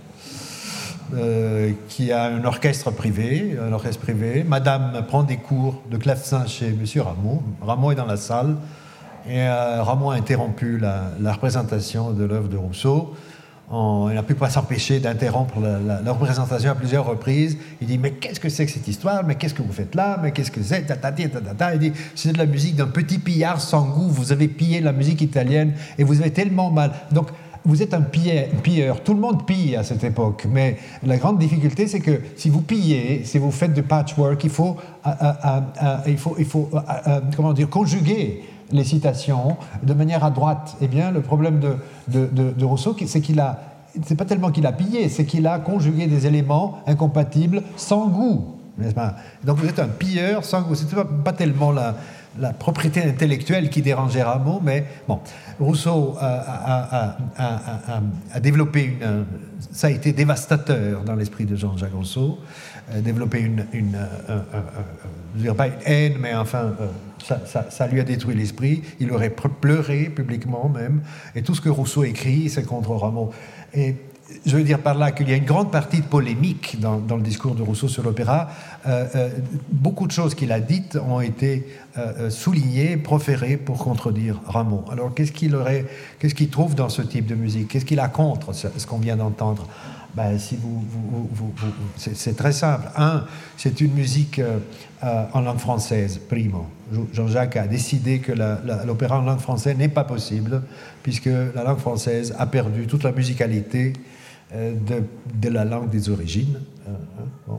[SPEAKER 3] euh, qui a un orchestre privé, un orchestre privé. Madame prend des cours de clavecin chez Monsieur Rameau. Rameau est dans la salle. Et euh, Rameau a interrompu la, la représentation de l'œuvre de Rousseau. On, il n'a pu pas s'empêcher d'interrompre la, la, la représentation à plusieurs reprises. Il dit « Mais qu'est-ce que c'est que cette histoire? Mais qu'est-ce que vous faites là? Mais qu'est-ce que c'est ?» Il dit « C'est de la musique d'un petit pillard sans goût. Vous avez pillé la musique italienne et vous avez tellement mal. » Donc, vous êtes un pilleur. Tout le monde pille à cette époque. Mais la grande difficulté, c'est que si vous pillez, si vous faites du patchwork, il faut, euh, euh, euh, il faut, il faut euh, euh, comment dire, conjuguer les citations de manière adroite. Eh bien, le problème de, de, de, de Rousseau, c'est qu'il a, c'est pas tellement qu'il a pillé, c'est qu'il a conjugué des éléments incompatibles sans goût. n'est-ce pas? Donc vous êtes un pilleur sans que c'était pas, pas tellement la, la propriété intellectuelle qui dérangeait Rameau, mais bon, Rousseau a, a, a, a, a, a développé une, ça a été dévastateur dans l'esprit de Jean-Jacques Rousseau, a développé une, une euh, euh, euh, je veux dire pas une haine, mais enfin euh, ça, ça, ça lui a détruit l'esprit. Il aurait pleuré publiquement même, et tout ce que Rousseau écrit, c'est contre Rameau. Et je veux dire par là qu'il y a une grande partie de polémique dans, dans le discours de Rousseau sur l'opéra. Euh, euh, beaucoup de choses qu'il a dites ont été euh, soulignées, proférées pour contredire Rameau. Alors qu'est-ce qu'il aurait, qu'est-ce qu'il trouve dans ce type de musique? Qu'est-ce qu'il a contre ce, ce qu'on vient d'entendre? Ben, si vous, vous, vous, vous c'est, c'est très simple. Un, c'est une musique euh, euh, en langue française, primo. Jean-Jacques a décidé que la, la, l'opéra en langue française n'est pas possible, puisque la langue française a perdu toute la musicalité De, de la langue des origines. Euh, bon.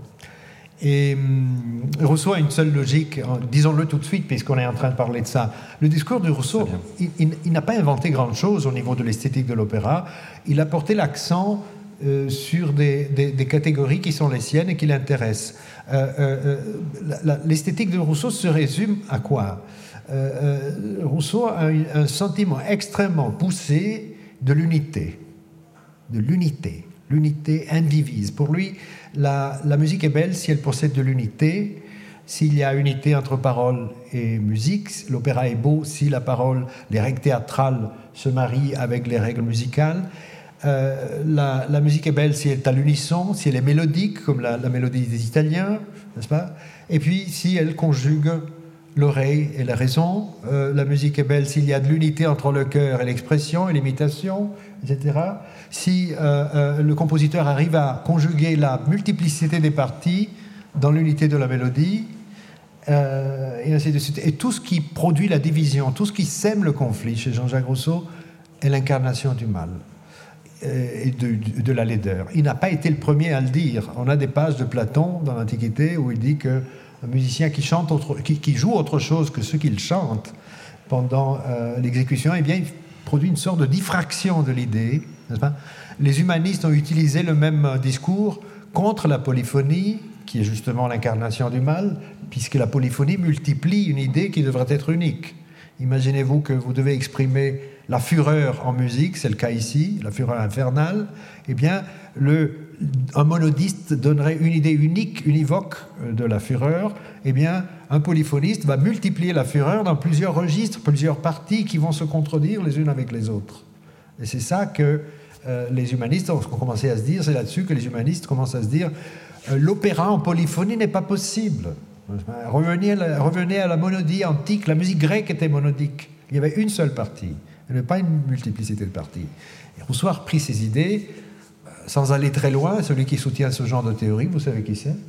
[SPEAKER 3] Et hum, Rousseau a une seule logique, disons-le tout de suite, puisqu'on est en train de parler de ça. Le discours de Rousseau, il, il, il n'a pas inventé grand-chose au niveau de l'esthétique de l'opéra. Il a porté l'accent euh, sur des, des, des catégories qui sont les siennes et qui l'intéressent. Euh, euh, la, la, l'esthétique de Rousseau se résume à quoi? euh, euh, Rousseau a un, un sentiment extrêmement poussé de l'unité. de l'unité. L'unité indivise. Pour lui, la, la musique est belle si elle possède de l'unité. S'il y a unité entre parole et musique, l'opéra est beau si la parole, les règles théâtrales se marient avec les règles musicales. Euh, la, la musique est belle si elle est à l'unisson, si elle est mélodique, comme la, la mélodie des Italiens, n'est-ce pas? Et puis, si elle conjugue l'oreille et la raison. Euh, la musique est belle s'il y a de l'unité entre le cœur et l'expression et l'imitation, et cetera. Si euh, euh, le compositeur arrive à conjuguer la multiplicité des parties dans l'unité de la mélodie, euh, et ainsi de suite. Et tout ce qui produit la division, tout ce qui sème le conflit chez Jean-Jacques Rousseau est l'incarnation du mal et de, de, de la laideur. Il n'a pas été le premier à le dire. On a des pages de Platon dans l'Antiquité où il dit que un musicien qui, chante autre, qui, qui joue autre chose que ce qu'il chante pendant euh, l'exécution, eh bien, il produit une sorte de diffraction de l'idée, n'est-ce pas? Les humanistes ont utilisé le même discours contre la polyphonie, qui est justement l'incarnation du mal, puisque la polyphonie multiplie une idée qui devrait être unique. Imaginez-vous que vous devez exprimer la fureur en musique, c'est le cas ici, la fureur infernale, eh bien, le, un monodiste donnerait une idée unique, univoque de la fureur, eh bien, un polyphoniste va multiplier la fureur dans plusieurs registres, plusieurs parties qui vont se contredire les unes avec les autres. Et c'est ça que euh, les humanistes ont commencé à se dire, c'est là-dessus que les humanistes commencent à se dire euh, l'opéra en polyphonie n'est pas possible. Revenez à, la, revenez à la monodie antique, la musique grecque était monodique. Il y avait une seule partie, il n'y avait pas une multiplicité de parties. Et Rousseau a repris ces idées, sans aller très loin. Celui qui soutient ce genre de théorie, vous savez qui c'est?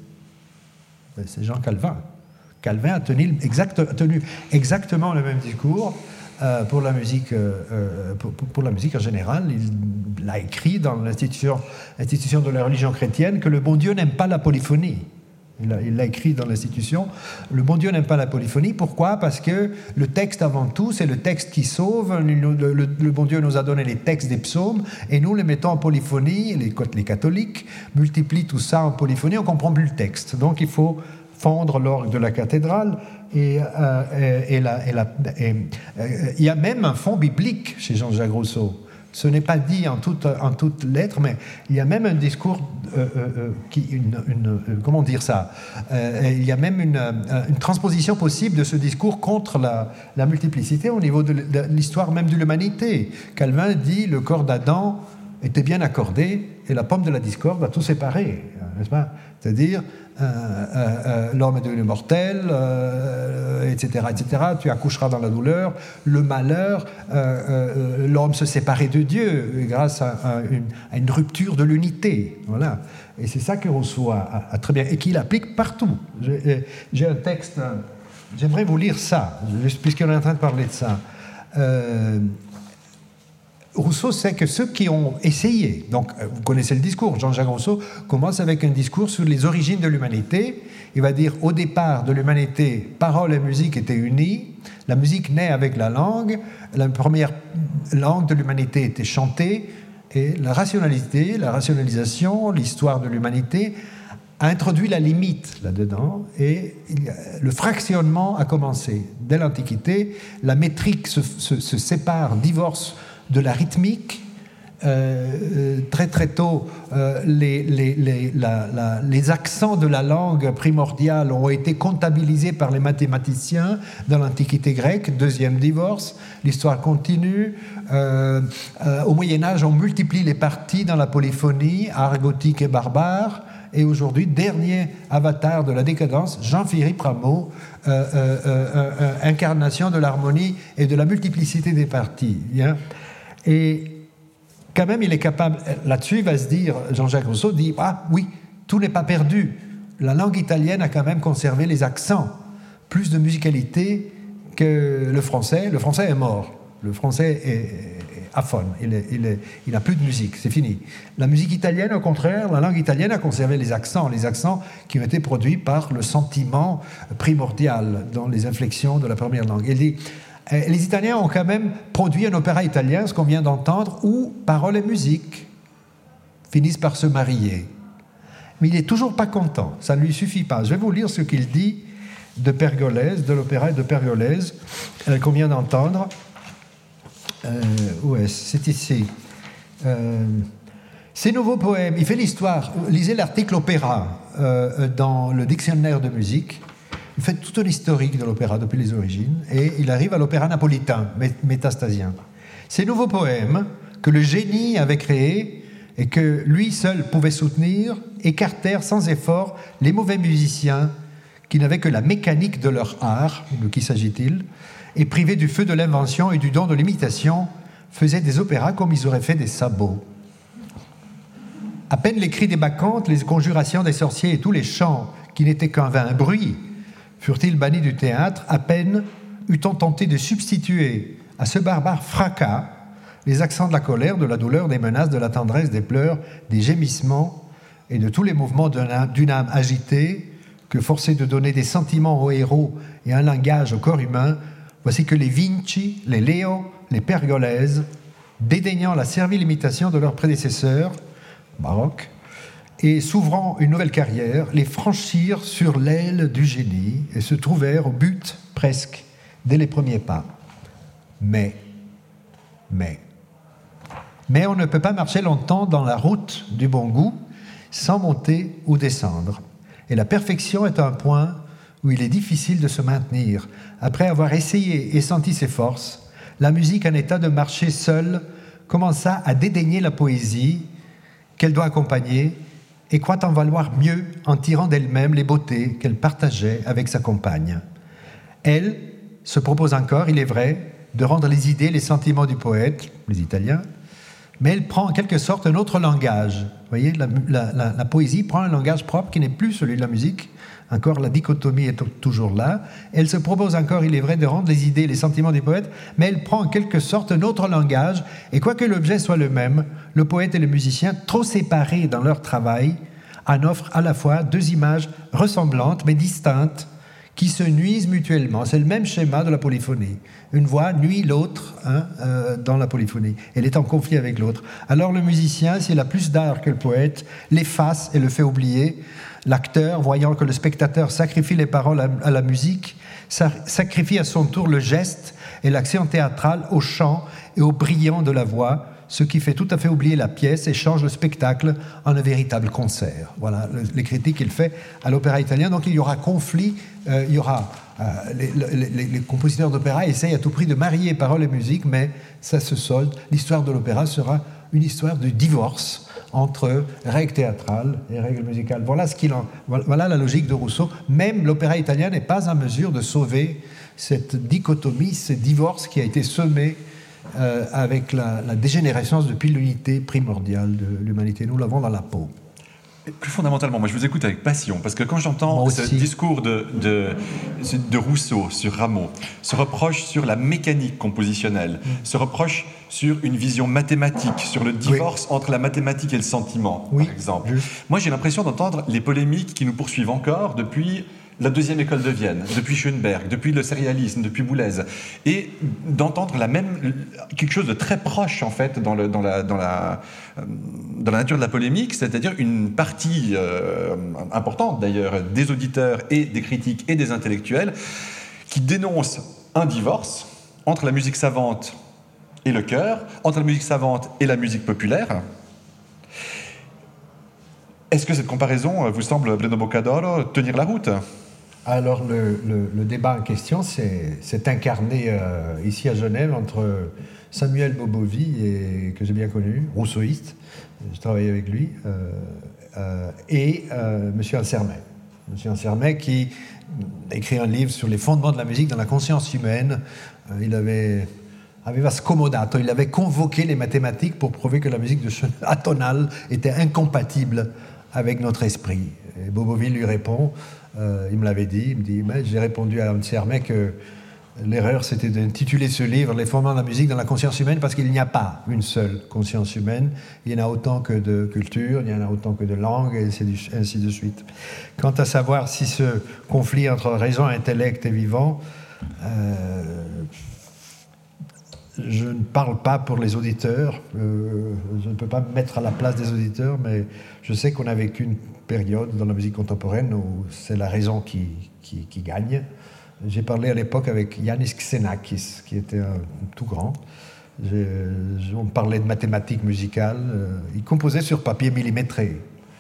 [SPEAKER 3] Ben, c'est Jean Calvin. Calvin a tenu, exact, a tenu exactement le même discours euh, pour, la musique, euh, pour, pour la musique en général. Il a écrit dans l'institution, l'institution de la religion chrétienne que le bon Dieu n'aime pas la polyphonie. Il l'a il écrit dans l'institution. Le bon Dieu n'aime pas la polyphonie. Pourquoi? Parce que le texte, avant tout, c'est le texte qui sauve. Le, le, le, le bon Dieu nous a donné les textes des psaumes et nous les mettons en polyphonie. Les, les catholiques multiplient tout ça en polyphonie. On ne comprend plus le texte. Donc il faut fondre l'orgue de la cathédrale. Et, euh, et, et, la, et, la, et euh, il y a même un fond biblique chez Jean-Jacques Rousseau. Ce n'est pas dit en toutes en toute lettres, mais il y a même un discours, euh, euh, qui, une, une, euh, comment dire ça euh, il y a même une, euh, une transposition possible de ce discours contre la, la multiplicité au niveau de, de l'histoire même de l'humanité. Calvin dit le corps d'Adam était bien accordé et la pomme de la discorde a tout séparé, n'est-ce pas? C'est-à-dire euh, euh, euh, l'homme est devenu mortel, euh, et cetera, et cetera. Tu accoucheras dans la douleur, le malheur, euh, euh, l'homme se séparait de Dieu grâce à, à, une, à une rupture de l'unité. Voilà. Et c'est ça que Rousseau a, a, a très bien, et qu'il applique partout. J'ai, j'ai un texte, j'aimerais vous lire ça, puisqu'on est en train de parler de ça. Euh, Rousseau sait que ceux qui ont essayé, donc vous connaissez le discours, Jean-Jacques Rousseau commence avec un discours sur les origines de l'humanité. Il va dire au départ de l'humanité, parole et musique étaient unies, la musique naît avec la langue, la première langue de l'humanité était chantée, et la rationalité, la rationalisation, l'histoire de l'humanité a introduit la limite là-dedans et le fractionnement a commencé. Dès l'Antiquité, la métrique se, se, se sépare, divorce de la rythmique. Euh, très très tôt, euh, les, les, les, la, la, les accents de la langue primordiale ont été comptabilisés par les mathématiciens dans l'Antiquité grecque. Deuxième divorce, l'histoire continue. Euh, euh, au Moyen-Âge, on multiplie les parties dans la polyphonie, argotique et barbare. Et aujourd'hui, dernier avatar de la décadence, Jean-Philippe Rameau, euh, euh, euh, euh, incarnation de l'harmonie et de la multiplicité des parties. Bien. Et quand même, il est capable, là-dessus, il va se dire, Jean-Jacques Rousseau dit, ah oui, tout n'est pas perdu. La langue italienne a quand même conservé les accents, plus de musicalité que le français. Le français est mort. Le français est, est aphone. Il, est, il, est, il n'a plus de musique, c'est fini. La musique italienne, au contraire, la langue italienne a conservé les accents, les accents qui ont été produits par le sentiment primordial dans les inflexions de la première langue. Il dit, les Italiens ont quand même produit un opéra italien, ce qu'on vient d'entendre, où paroles et musique finissent par se marier. Mais il n'est toujours pas content, ça ne lui suffit pas. Je vais vous lire ce qu'il dit de Pergolèse, de l'opéra de Pergolèse, euh, qu'on vient d'entendre. Euh, où est-ce ? C'est ici. Euh, ces nouveaux poèmes, il fait l'histoire. Lisez l'article opéra euh, dans le dictionnaire de musique. Il fait tout un historique de l'opéra depuis les origines et il arrive à l'opéra napolitain, métastasien. Ces nouveaux poèmes que le génie avait créés et que lui seul pouvait soutenir écartèrent sans effort les mauvais musiciens qui n'avaient que la mécanique de leur art, de qui s'agit-il, et privés du feu de l'invention et du don de l'imitation, faisaient des opéras comme ils auraient fait des sabots. À peine les cris des bacchantes, les conjurations des sorciers et tous les chants qui n'étaient qu'un vain bruit furent-ils bannis du théâtre, à peine eût-on tenté de substituer à ce barbare fracas les accents de la colère, de la douleur, des menaces, de la tendresse, des pleurs, des gémissements et de tous les mouvements d'une âme, d'une âme agitée que, forcés de donner des sentiments aux héros et un langage au corps humain, voici que les Vinci, les Léo, les Pergolèse, dédaignant la servile imitation de leurs prédécesseurs baroques, et s'ouvrant une nouvelle carrière, les franchirent sur l'aile du génie et se trouvèrent au but presque dès les premiers pas. Mais, mais, mais on ne peut pas marcher longtemps dans la route du bon goût sans monter ou descendre. Et la perfection est un point où il est difficile de se maintenir. Après avoir essayé et senti ses forces, la musique en état de marcher seule commença à dédaigner la poésie qu'elle doit accompagner et croit en valoir mieux en tirant d'elle-même les beautés qu'elle partageait avec sa compagne. Elle se propose encore, il est vrai, de rendre les idées, les sentiments du poète, les Italiens, mais elle prend en quelque sorte un autre langage. Vous voyez, la, la, la, la poésie prend un langage propre qui n'est plus celui de la musique. Encore, la dichotomie est toujours là. Elle se propose encore, il est vrai, de rendre les idées, les sentiments du poète, mais elle prend en quelque sorte un autre langage, et quoique l'objet soit le même, le poète et le musicien, trop séparés dans leur travail, en offrent à la fois deux images ressemblantes mais distinctes, qui se nuisent mutuellement. C'est le même schéma de la polyphonie. Une voix nuit l'autre hein, euh, dans la polyphonie. Elle est en conflit avec l'autre. Alors le musicien, s'il a plus d'art que le poète, l'efface et le fait oublier. L'acteur, voyant que le spectateur sacrifie les paroles à, à la musique, sacrifie à son tour le geste et l'action théâtrale au chant et au brillant de la voix, ce qui fait tout à fait oublier la pièce et change le spectacle en un véritable concert. Voilà les critiques qu'il fait à l'opéra italien. Donc il y aura conflit, euh, il y aura... Euh, les, les, les compositeurs d'opéra essayent à tout prix de marier paroles et musique, mais ça se solde. L'histoire de l'opéra sera une histoire de divorce entre règles théâtrales et règles musicales. Voilà, ce qu'il en, voilà la logique de Rousseau. Même l'opéra italien n'est pas en mesure de sauver cette dichotomie, ce divorce qui a été semé euh, avec la, la dégénérescence depuis l'unité primordiale de l'humanité. Nous l'avons dans la peau.
[SPEAKER 4] Et plus fondamentalement, moi je vous écoute avec passion, parce que quand j'entends ce discours de, de, de Rousseau sur Rameau, ce reproche sur la mécanique compositionnelle, mmh. ce reproche sur une vision mathématique, sur le divorce oui. entre la mathématique et le sentiment,
[SPEAKER 3] oui,
[SPEAKER 4] par exemple.
[SPEAKER 3] Juste.
[SPEAKER 4] Moi j'ai l'impression d'entendre les polémiques qui nous poursuivent encore depuis la deuxième école de Vienne, depuis Schoenberg, depuis le sérialisme, depuis Boulez, et d'entendre la même, quelque chose de très proche en fait dans, le, dans, la, dans, la, dans la nature de la polémique, c'est-à-dire une partie euh, importante d'ailleurs des auditeurs et des critiques et des intellectuels qui dénoncent un divorce entre la musique savante et le chœur, entre la musique savante et la musique populaire. Est-ce que cette comparaison vous semble, Breno Boccadoro, tenir la route ?
[SPEAKER 3] Alors, le, le, le débat en question s'est incarné euh, ici à Genève entre Samuel Bobovi, et, que j'ai bien connu, rousseauiste, je travaillais avec lui, euh, euh, et euh, M. Ansermet. M. Ansermet qui écrit un livre sur les fondements de la musique dans la conscience humaine. Euh, il avait, aveva scomodato, il avait convoqué les mathématiques pour prouver que la musique de atonale était incompatible avec notre esprit. Et Bobovi lui répond... Euh, il me l'avait dit, il me dit, ben, j'ai répondu à Ansermet que l'erreur c'était d'intituler ce livre « Les fondements de la musique dans la conscience humaine » parce qu'il n'y a pas une seule conscience humaine, il y en a autant que de culture, il y en a autant que de langue, et ainsi de suite. Quant à savoir si ce conflit entre raison, intellect et vivant, euh, je ne parle pas pour les auditeurs, euh, je ne peux pas me mettre à la place des auditeurs, mais je sais qu'on a vécu une période dans la musique contemporaine où c'est la raison qui, qui, qui gagne. J'ai parlé à l'époque avec Yannis Xenakis, qui était un tout grand. On parlait de mathématiques musicales. Il composait sur papier millimétré.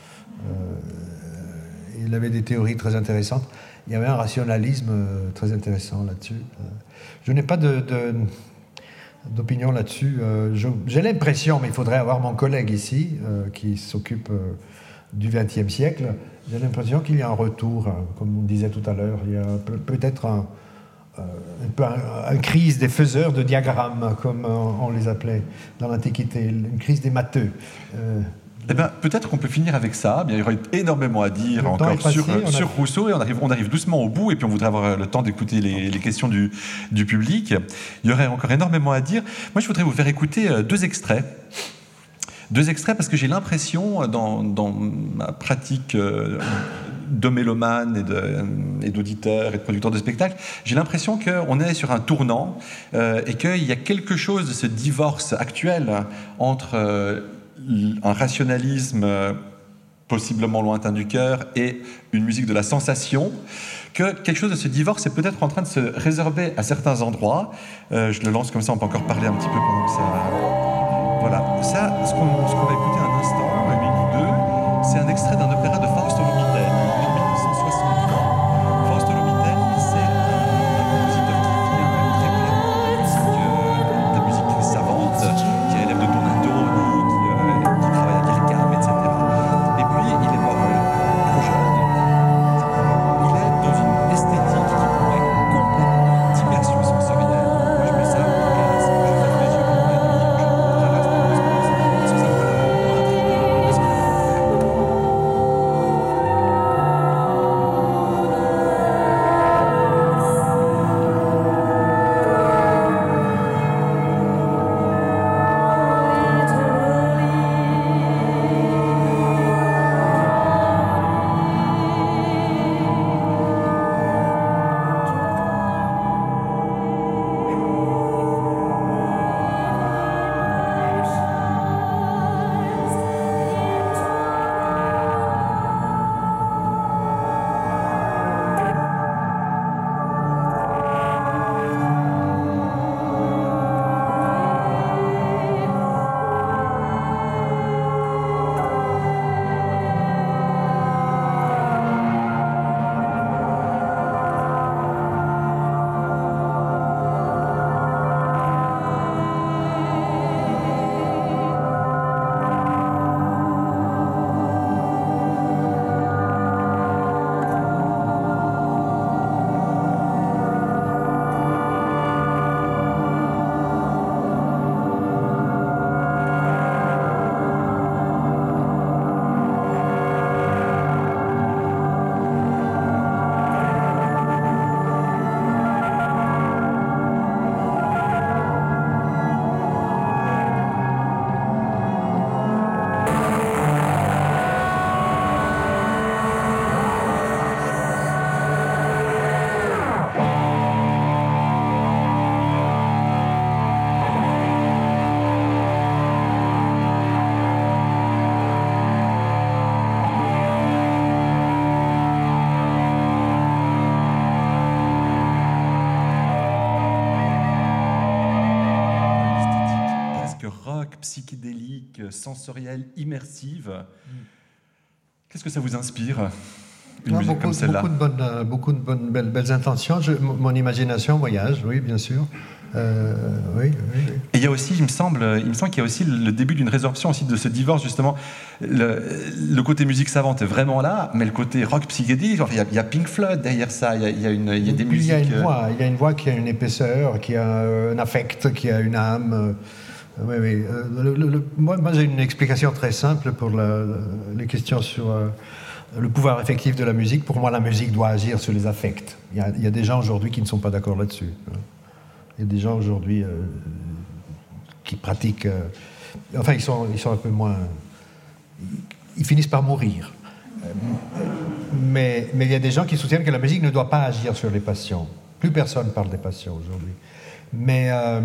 [SPEAKER 3] Euh, il avait des théories très intéressantes. Il y avait un rationalisme très intéressant là-dessus. Je n'ai pas de... de d'opinion là-dessus. Euh, j'ai l'impression, mais il faudrait avoir mon collègue ici, euh, qui s'occupe euh, du vingtième siècle, j'ai l'impression qu'il y a un retour, hein, comme on disait tout à l'heure, il y a peut-être un, euh, un, un, un crise des faiseurs de diagrammes, comme on, on les appelait dans l'Antiquité, une crise des matheux. Euh,
[SPEAKER 4] Eh bien, peut-être qu'on peut finir avec ça. Bien, il y aurait énormément à dire encore passé, sur, a... sur Rousseau, et on arrive, on arrive doucement au bout, et puis on voudrait avoir le temps d'écouter les, les questions du, du public. Il y aurait encore énormément à dire. Moi, je voudrais vous faire écouter deux extraits. Deux extraits parce que j'ai l'impression, dans, dans ma pratique de mélomane et, de, et d'auditeur et de producteur de spectacles, j'ai l'impression qu'on est sur un tournant euh, et qu'il y a quelque chose de ce divorce actuel entre... Euh, un rationalisme possiblement lointain du cœur et une musique de la sensation, que quelque chose de ce divorce est peut-être en train de se résorber à certains endroits. Euh, je le lance comme ça, on peut encore parler un petit peu pendant que ça... Voilà, ça, ce qu'on, ce qu'on va écouter un instant, une minute ou deux, c'est un extrait d'un opéra de Fausto Lomitel, en mille neuf cent soixante-trois. Fausto Lomitel, c'est un compositeur qui vient très clairement de la musique savante, qui est élève de Donatoni, qui travaille à Kirkham, et cetera. Et puis, il est mort trop jeune. Il est dans une esthétique qui pourrait complètement d'immersion sensorielle. Moi, je mets ça au casque, je ferme les yeux pendant la nuit, je me traverse dans le parce que ça me paraît vraiment intriguant. psychédélique, sensorielle, immersive. Mm. Qu'est-ce que ça vous inspire, une
[SPEAKER 3] ah,
[SPEAKER 4] musique
[SPEAKER 3] beaucoup,
[SPEAKER 4] comme celle-là?
[SPEAKER 3] Beaucoup de bonnes, euh, beaucoup de bonnes belles, belles intentions. Je, mon imagination voyage, oui, bien sûr. Euh, oui, oui, oui.
[SPEAKER 4] Et il y a aussi, il me semble, il me semble qu'il y a aussi le début d'une résorption aussi de ce divorce, justement. Le, le côté musique savante est vraiment là, mais le côté rock psychédélique, enfin, il, y a, il y a Pink Floyd derrière ça, il y a, il y a, une, il y a des musiques...
[SPEAKER 3] Il y a une voix, il y a une voix qui a une épaisseur, qui a un affect, qui a une âme. Oui, oui. Le, le, le, moi, moi j'ai une explication très simple pour la, les questions sur euh, le pouvoir effectif de la musique. Pour moi, la musique doit agir sur les affects. Il y a, il y a des gens aujourd'hui qui ne sont pas d'accord là-dessus. Il y a des gens aujourd'hui euh, qui pratiquent... Euh, enfin, ils sont, ils sont un peu moins... Ils finissent par mourir. Euh, mais, mais il y a des gens qui soutiennent que la musique ne doit pas agir sur les passions. Plus personne parle des passions aujourd'hui. Mais euh,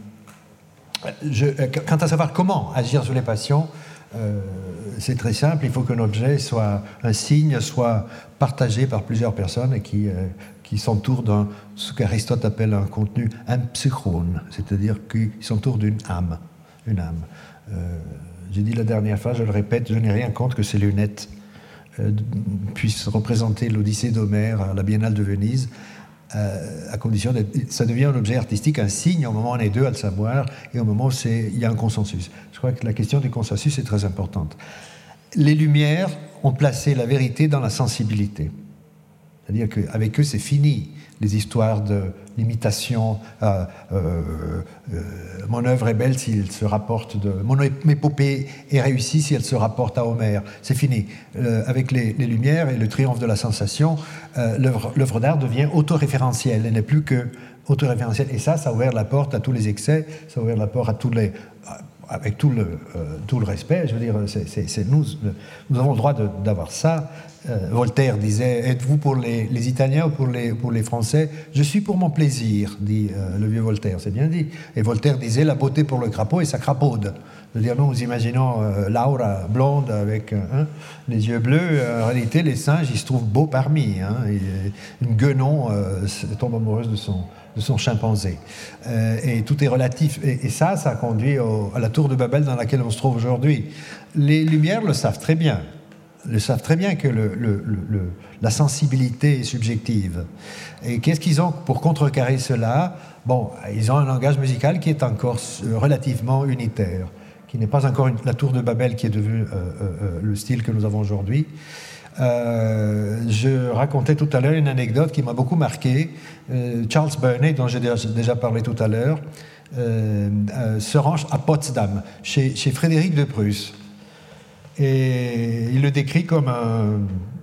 [SPEAKER 3] je, quant à savoir comment agir sur les passions, euh, c'est très simple. Il faut qu'un objet soit... un signe soit partagé par plusieurs personnes et qui... Euh, qui s'entourent d'un ce qu'Aristote appelle un contenu empsychron, c'est-à-dire qu'ils s'entourent d'une âme. Une âme. Euh, j'ai dit la dernière fois, je le répète, je n'ai rien contre que ces lunettes euh, puissent représenter l'Odyssée d'Homère à la Biennale de Venise, euh, à condition d'être... Ça devient un objet artistique, un signe au moment où on est deux à le savoir, et au moment où c'est, il y a un consensus. Je crois que la question du consensus est très importante. Les Lumières ont placé la vérité dans la sensibilité. C'est-à-dire qu'avec eux, c'est fini, les histoires de l'imitation. Euh, euh, euh, mon œuvre est belle si elle se rapporte de... Mon épopée est réussie si elle se rapporte à Homère. C'est fini. Euh, avec les, les Lumières et le triomphe de la sensation, euh, l'œuvre, l'œuvre d'art devient autoréférentielle. Elle n'est plus que autoréférentielle. Et ça, ça a ouvert la porte à tous les excès, ça a ouvert la porte à tous les... avec tout le, euh, tout le respect, je veux dire, c'est, c'est, c'est nous, nous avons le droit de, d'avoir ça. Euh, Voltaire disait, êtes-vous pour les, les Italiens ou pour les, pour les Français? Je suis pour mon plaisir, dit euh, le vieux Voltaire, c'est bien dit. Et Voltaire disait, la beauté pour le crapaud et ça crapaude. Je veux dire, nous, nous imaginons euh, Laura blonde avec hein, les yeux bleus. Euh, en réalité, les singes, ils se trouvent beaux parmi. Hein, et, une guenon euh, tombe amoureuse de son... de son chimpanzé. Euh, et tout est relatif. Et, et ça, ça conduit au, à la tour de Babel dans laquelle on se trouve aujourd'hui. Les Lumières le savent très bien. Ils savent très bien que le, le, le, la sensibilité est subjective. Et qu'est-ce qu'ils ont pour contrecarrer cela? Bon, ils ont un langage musical qui est encore relativement unitaire, qui n'est pas encore une, la tour de Babel qui est devenue euh, euh, le style que nous avons aujourd'hui. Euh, je racontais tout à l'heure une anecdote qui m'a beaucoup marqué. Euh, Charles Burney, dont j'ai déjà, déjà parlé tout à l'heure, euh, euh, se range à Potsdam, chez, chez Frédéric de Prusse. Et il le décrit comme un...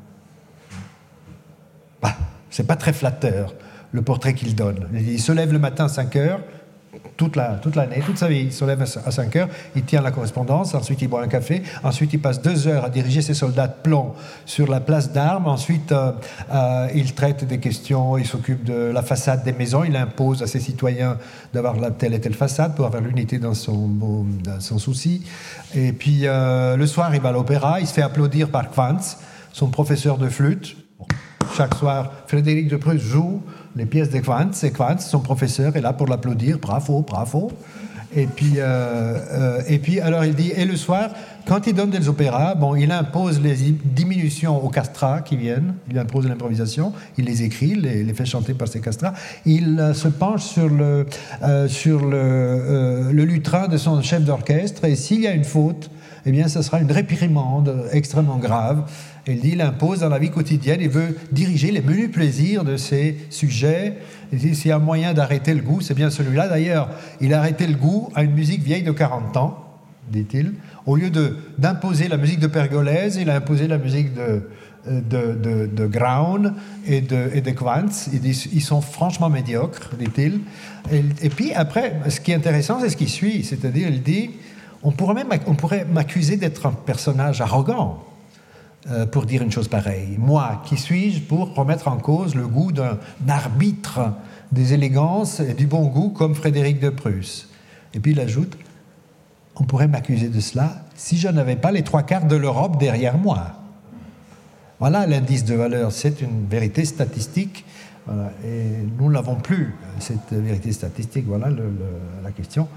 [SPEAKER 3] Bah, c'est pas très flatteur, le portrait qu'il donne. Il se lève le matin à cinq heures, toute, la, toute l'année, toute sa vie, il se lève à cinq heures, il tient la correspondance, ensuite il boit un café, ensuite il passe deux heures à diriger ses soldats de plomb sur la place d'Armes, ensuite euh, euh, il traite des questions, il s'occupe de la façade des maisons, il impose à ses citoyens d'avoir la telle et telle façade pour avoir l'unité dans son, dans son souci. Et puis euh, le soir il va à l'opéra, il se fait applaudir par Quantz, son professeur de flûte. Bon, chaque soir, Frédéric de Prusse joue les pièces de Quantz, et Quantz, son professeur, est là pour l'applaudir, bravo, bravo. Et puis, euh, euh, et puis, alors il dit, et le soir, quand il donne des opéras, bon, il impose les diminutions aux castrats qui viennent, il impose l'improvisation, il les écrit, les, les fait chanter par ces castrats, il euh, se penche sur le, euh, sur le, euh, le lutrin de son chef d'orchestre, et s'il y a une faute, eh bien, ce sera une réprimande extrêmement grave. Et il dit, il impose dans la vie quotidienne, il veut diriger les menus plaisirs de ses sujets. Il dit, s'il y a un moyen d'arrêter le goût, c'est bien celui-là. D'ailleurs, il a arrêté le goût à une musique vieille de quarante ans, dit-il. Au lieu de, d'imposer la musique de Pergolèse, il a imposé la musique de, de, de, de Graun et de, et de Quantz. Il dit, ils sont franchement médiocres, dit-il. Et, et puis, après, ce qui est intéressant, c'est ce qui suit. C'est-à-dire, il dit, on pourrait même on pourrait m'accuser d'être un personnage arrogant euh, pour dire une chose pareille. Moi, qui suis-je pour remettre en cause le goût d'un arbitre des élégances et du bon goût comme Frédéric de Prusse? Et puis il ajoute, on pourrait m'accuser de cela si je n'avais pas les trois quarts de l'Europe derrière moi. Voilà l'indice de valeur, c'est une vérité statistique. Voilà. Et nous ne l'avons plus, cette vérité statistique, voilà le, le, la question.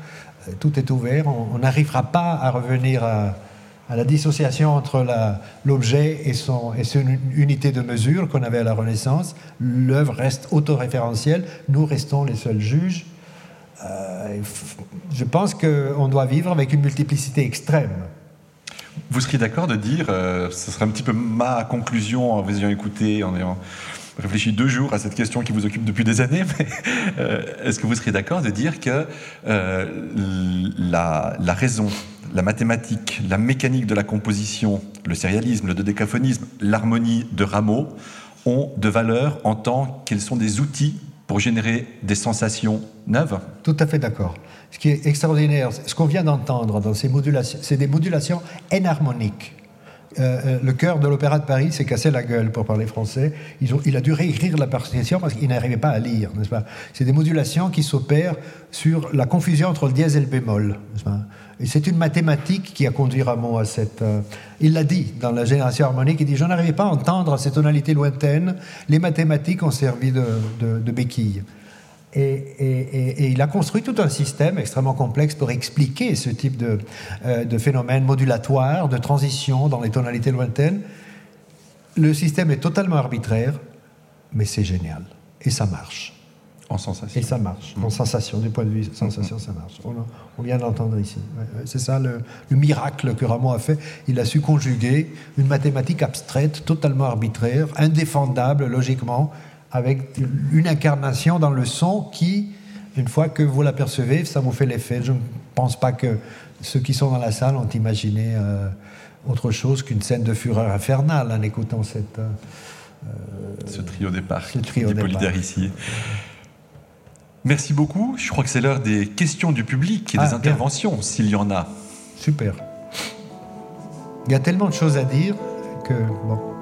[SPEAKER 3] tout est ouvert. On n'arrivera pas à revenir à, à la dissociation entre la, l'objet et son, et son unité de mesure qu'on avait à la Renaissance. L'œuvre reste autoréférentielle. Nous restons les seuls juges. Euh, je pense qu'on doit vivre avec une multiplicité extrême.
[SPEAKER 4] Vous seriez d'accord de dire, euh, ce serait un petit peu ma conclusion en vous ayant écouté, en ayant réfléchi deux jours à cette question qui vous occupe depuis des années, mais euh, est-ce que vous seriez d'accord de dire que euh, la, la raison, la mathématique, la mécanique de la composition, le sérialisme, le dodécaphonisme, l'harmonie de Rameau ont de valeur en tant qu'elles sont des outils pour générer des sensations neuves?
[SPEAKER 3] Tout à fait d'accord. Ce qui est extraordinaire, ce qu'on vient d'entendre dans ces modulations, c'est des modulations enharmoniques. Euh, le chœur de l'Opéra de Paris s'est cassé la gueule, pour parler français. Ils ont, il a dû réécrire la partition parce qu'il n'arrivait pas à lire, n'est-ce pas? C'est des modulations qui s'opèrent sur la confusion entre le dièse et le bémol, n'est-ce pas? Et c'est une mathématique qui a conduit Rameau à cette... Euh, il l'a dit dans la génération harmonique, il dit « Je n'arrivais pas à entendre ces tonalités lointaines, les mathématiques ont servi de, de, de béquille ». Et, et, et, et il a construit tout un système extrêmement complexe pour expliquer ce type de, euh, de phénomène modulatoire, de transition dans les tonalités lointaines. Le système est totalement arbitraire, mais c'est génial. Et ça marche.
[SPEAKER 4] En sensation.
[SPEAKER 3] Et ça marche. En sensation, du point de vue sensation, ça marche. On, on vient d'entendre ici. C'est ça le, le miracle que Rameau a fait. Il a su conjuguer une mathématique abstraite, totalement arbitraire, indéfendable logiquement, avec une incarnation dans le son qui, une fois que vous l'apercevez, ça vous fait l'effet. Je ne pense pas que ceux qui sont dans la salle ont imaginé euh, autre chose qu'une scène de fureur infernale en écoutant cette, euh,
[SPEAKER 4] ce trio des parcs,
[SPEAKER 3] ce trio
[SPEAKER 4] du
[SPEAKER 3] des
[SPEAKER 4] Polyder ici. Merci beaucoup. Je crois que c'est l'heure des questions du public et
[SPEAKER 3] ah,
[SPEAKER 4] des interventions, bien. S'il y en a.
[SPEAKER 3] Super. Il y a tellement de choses à dire que... Bon.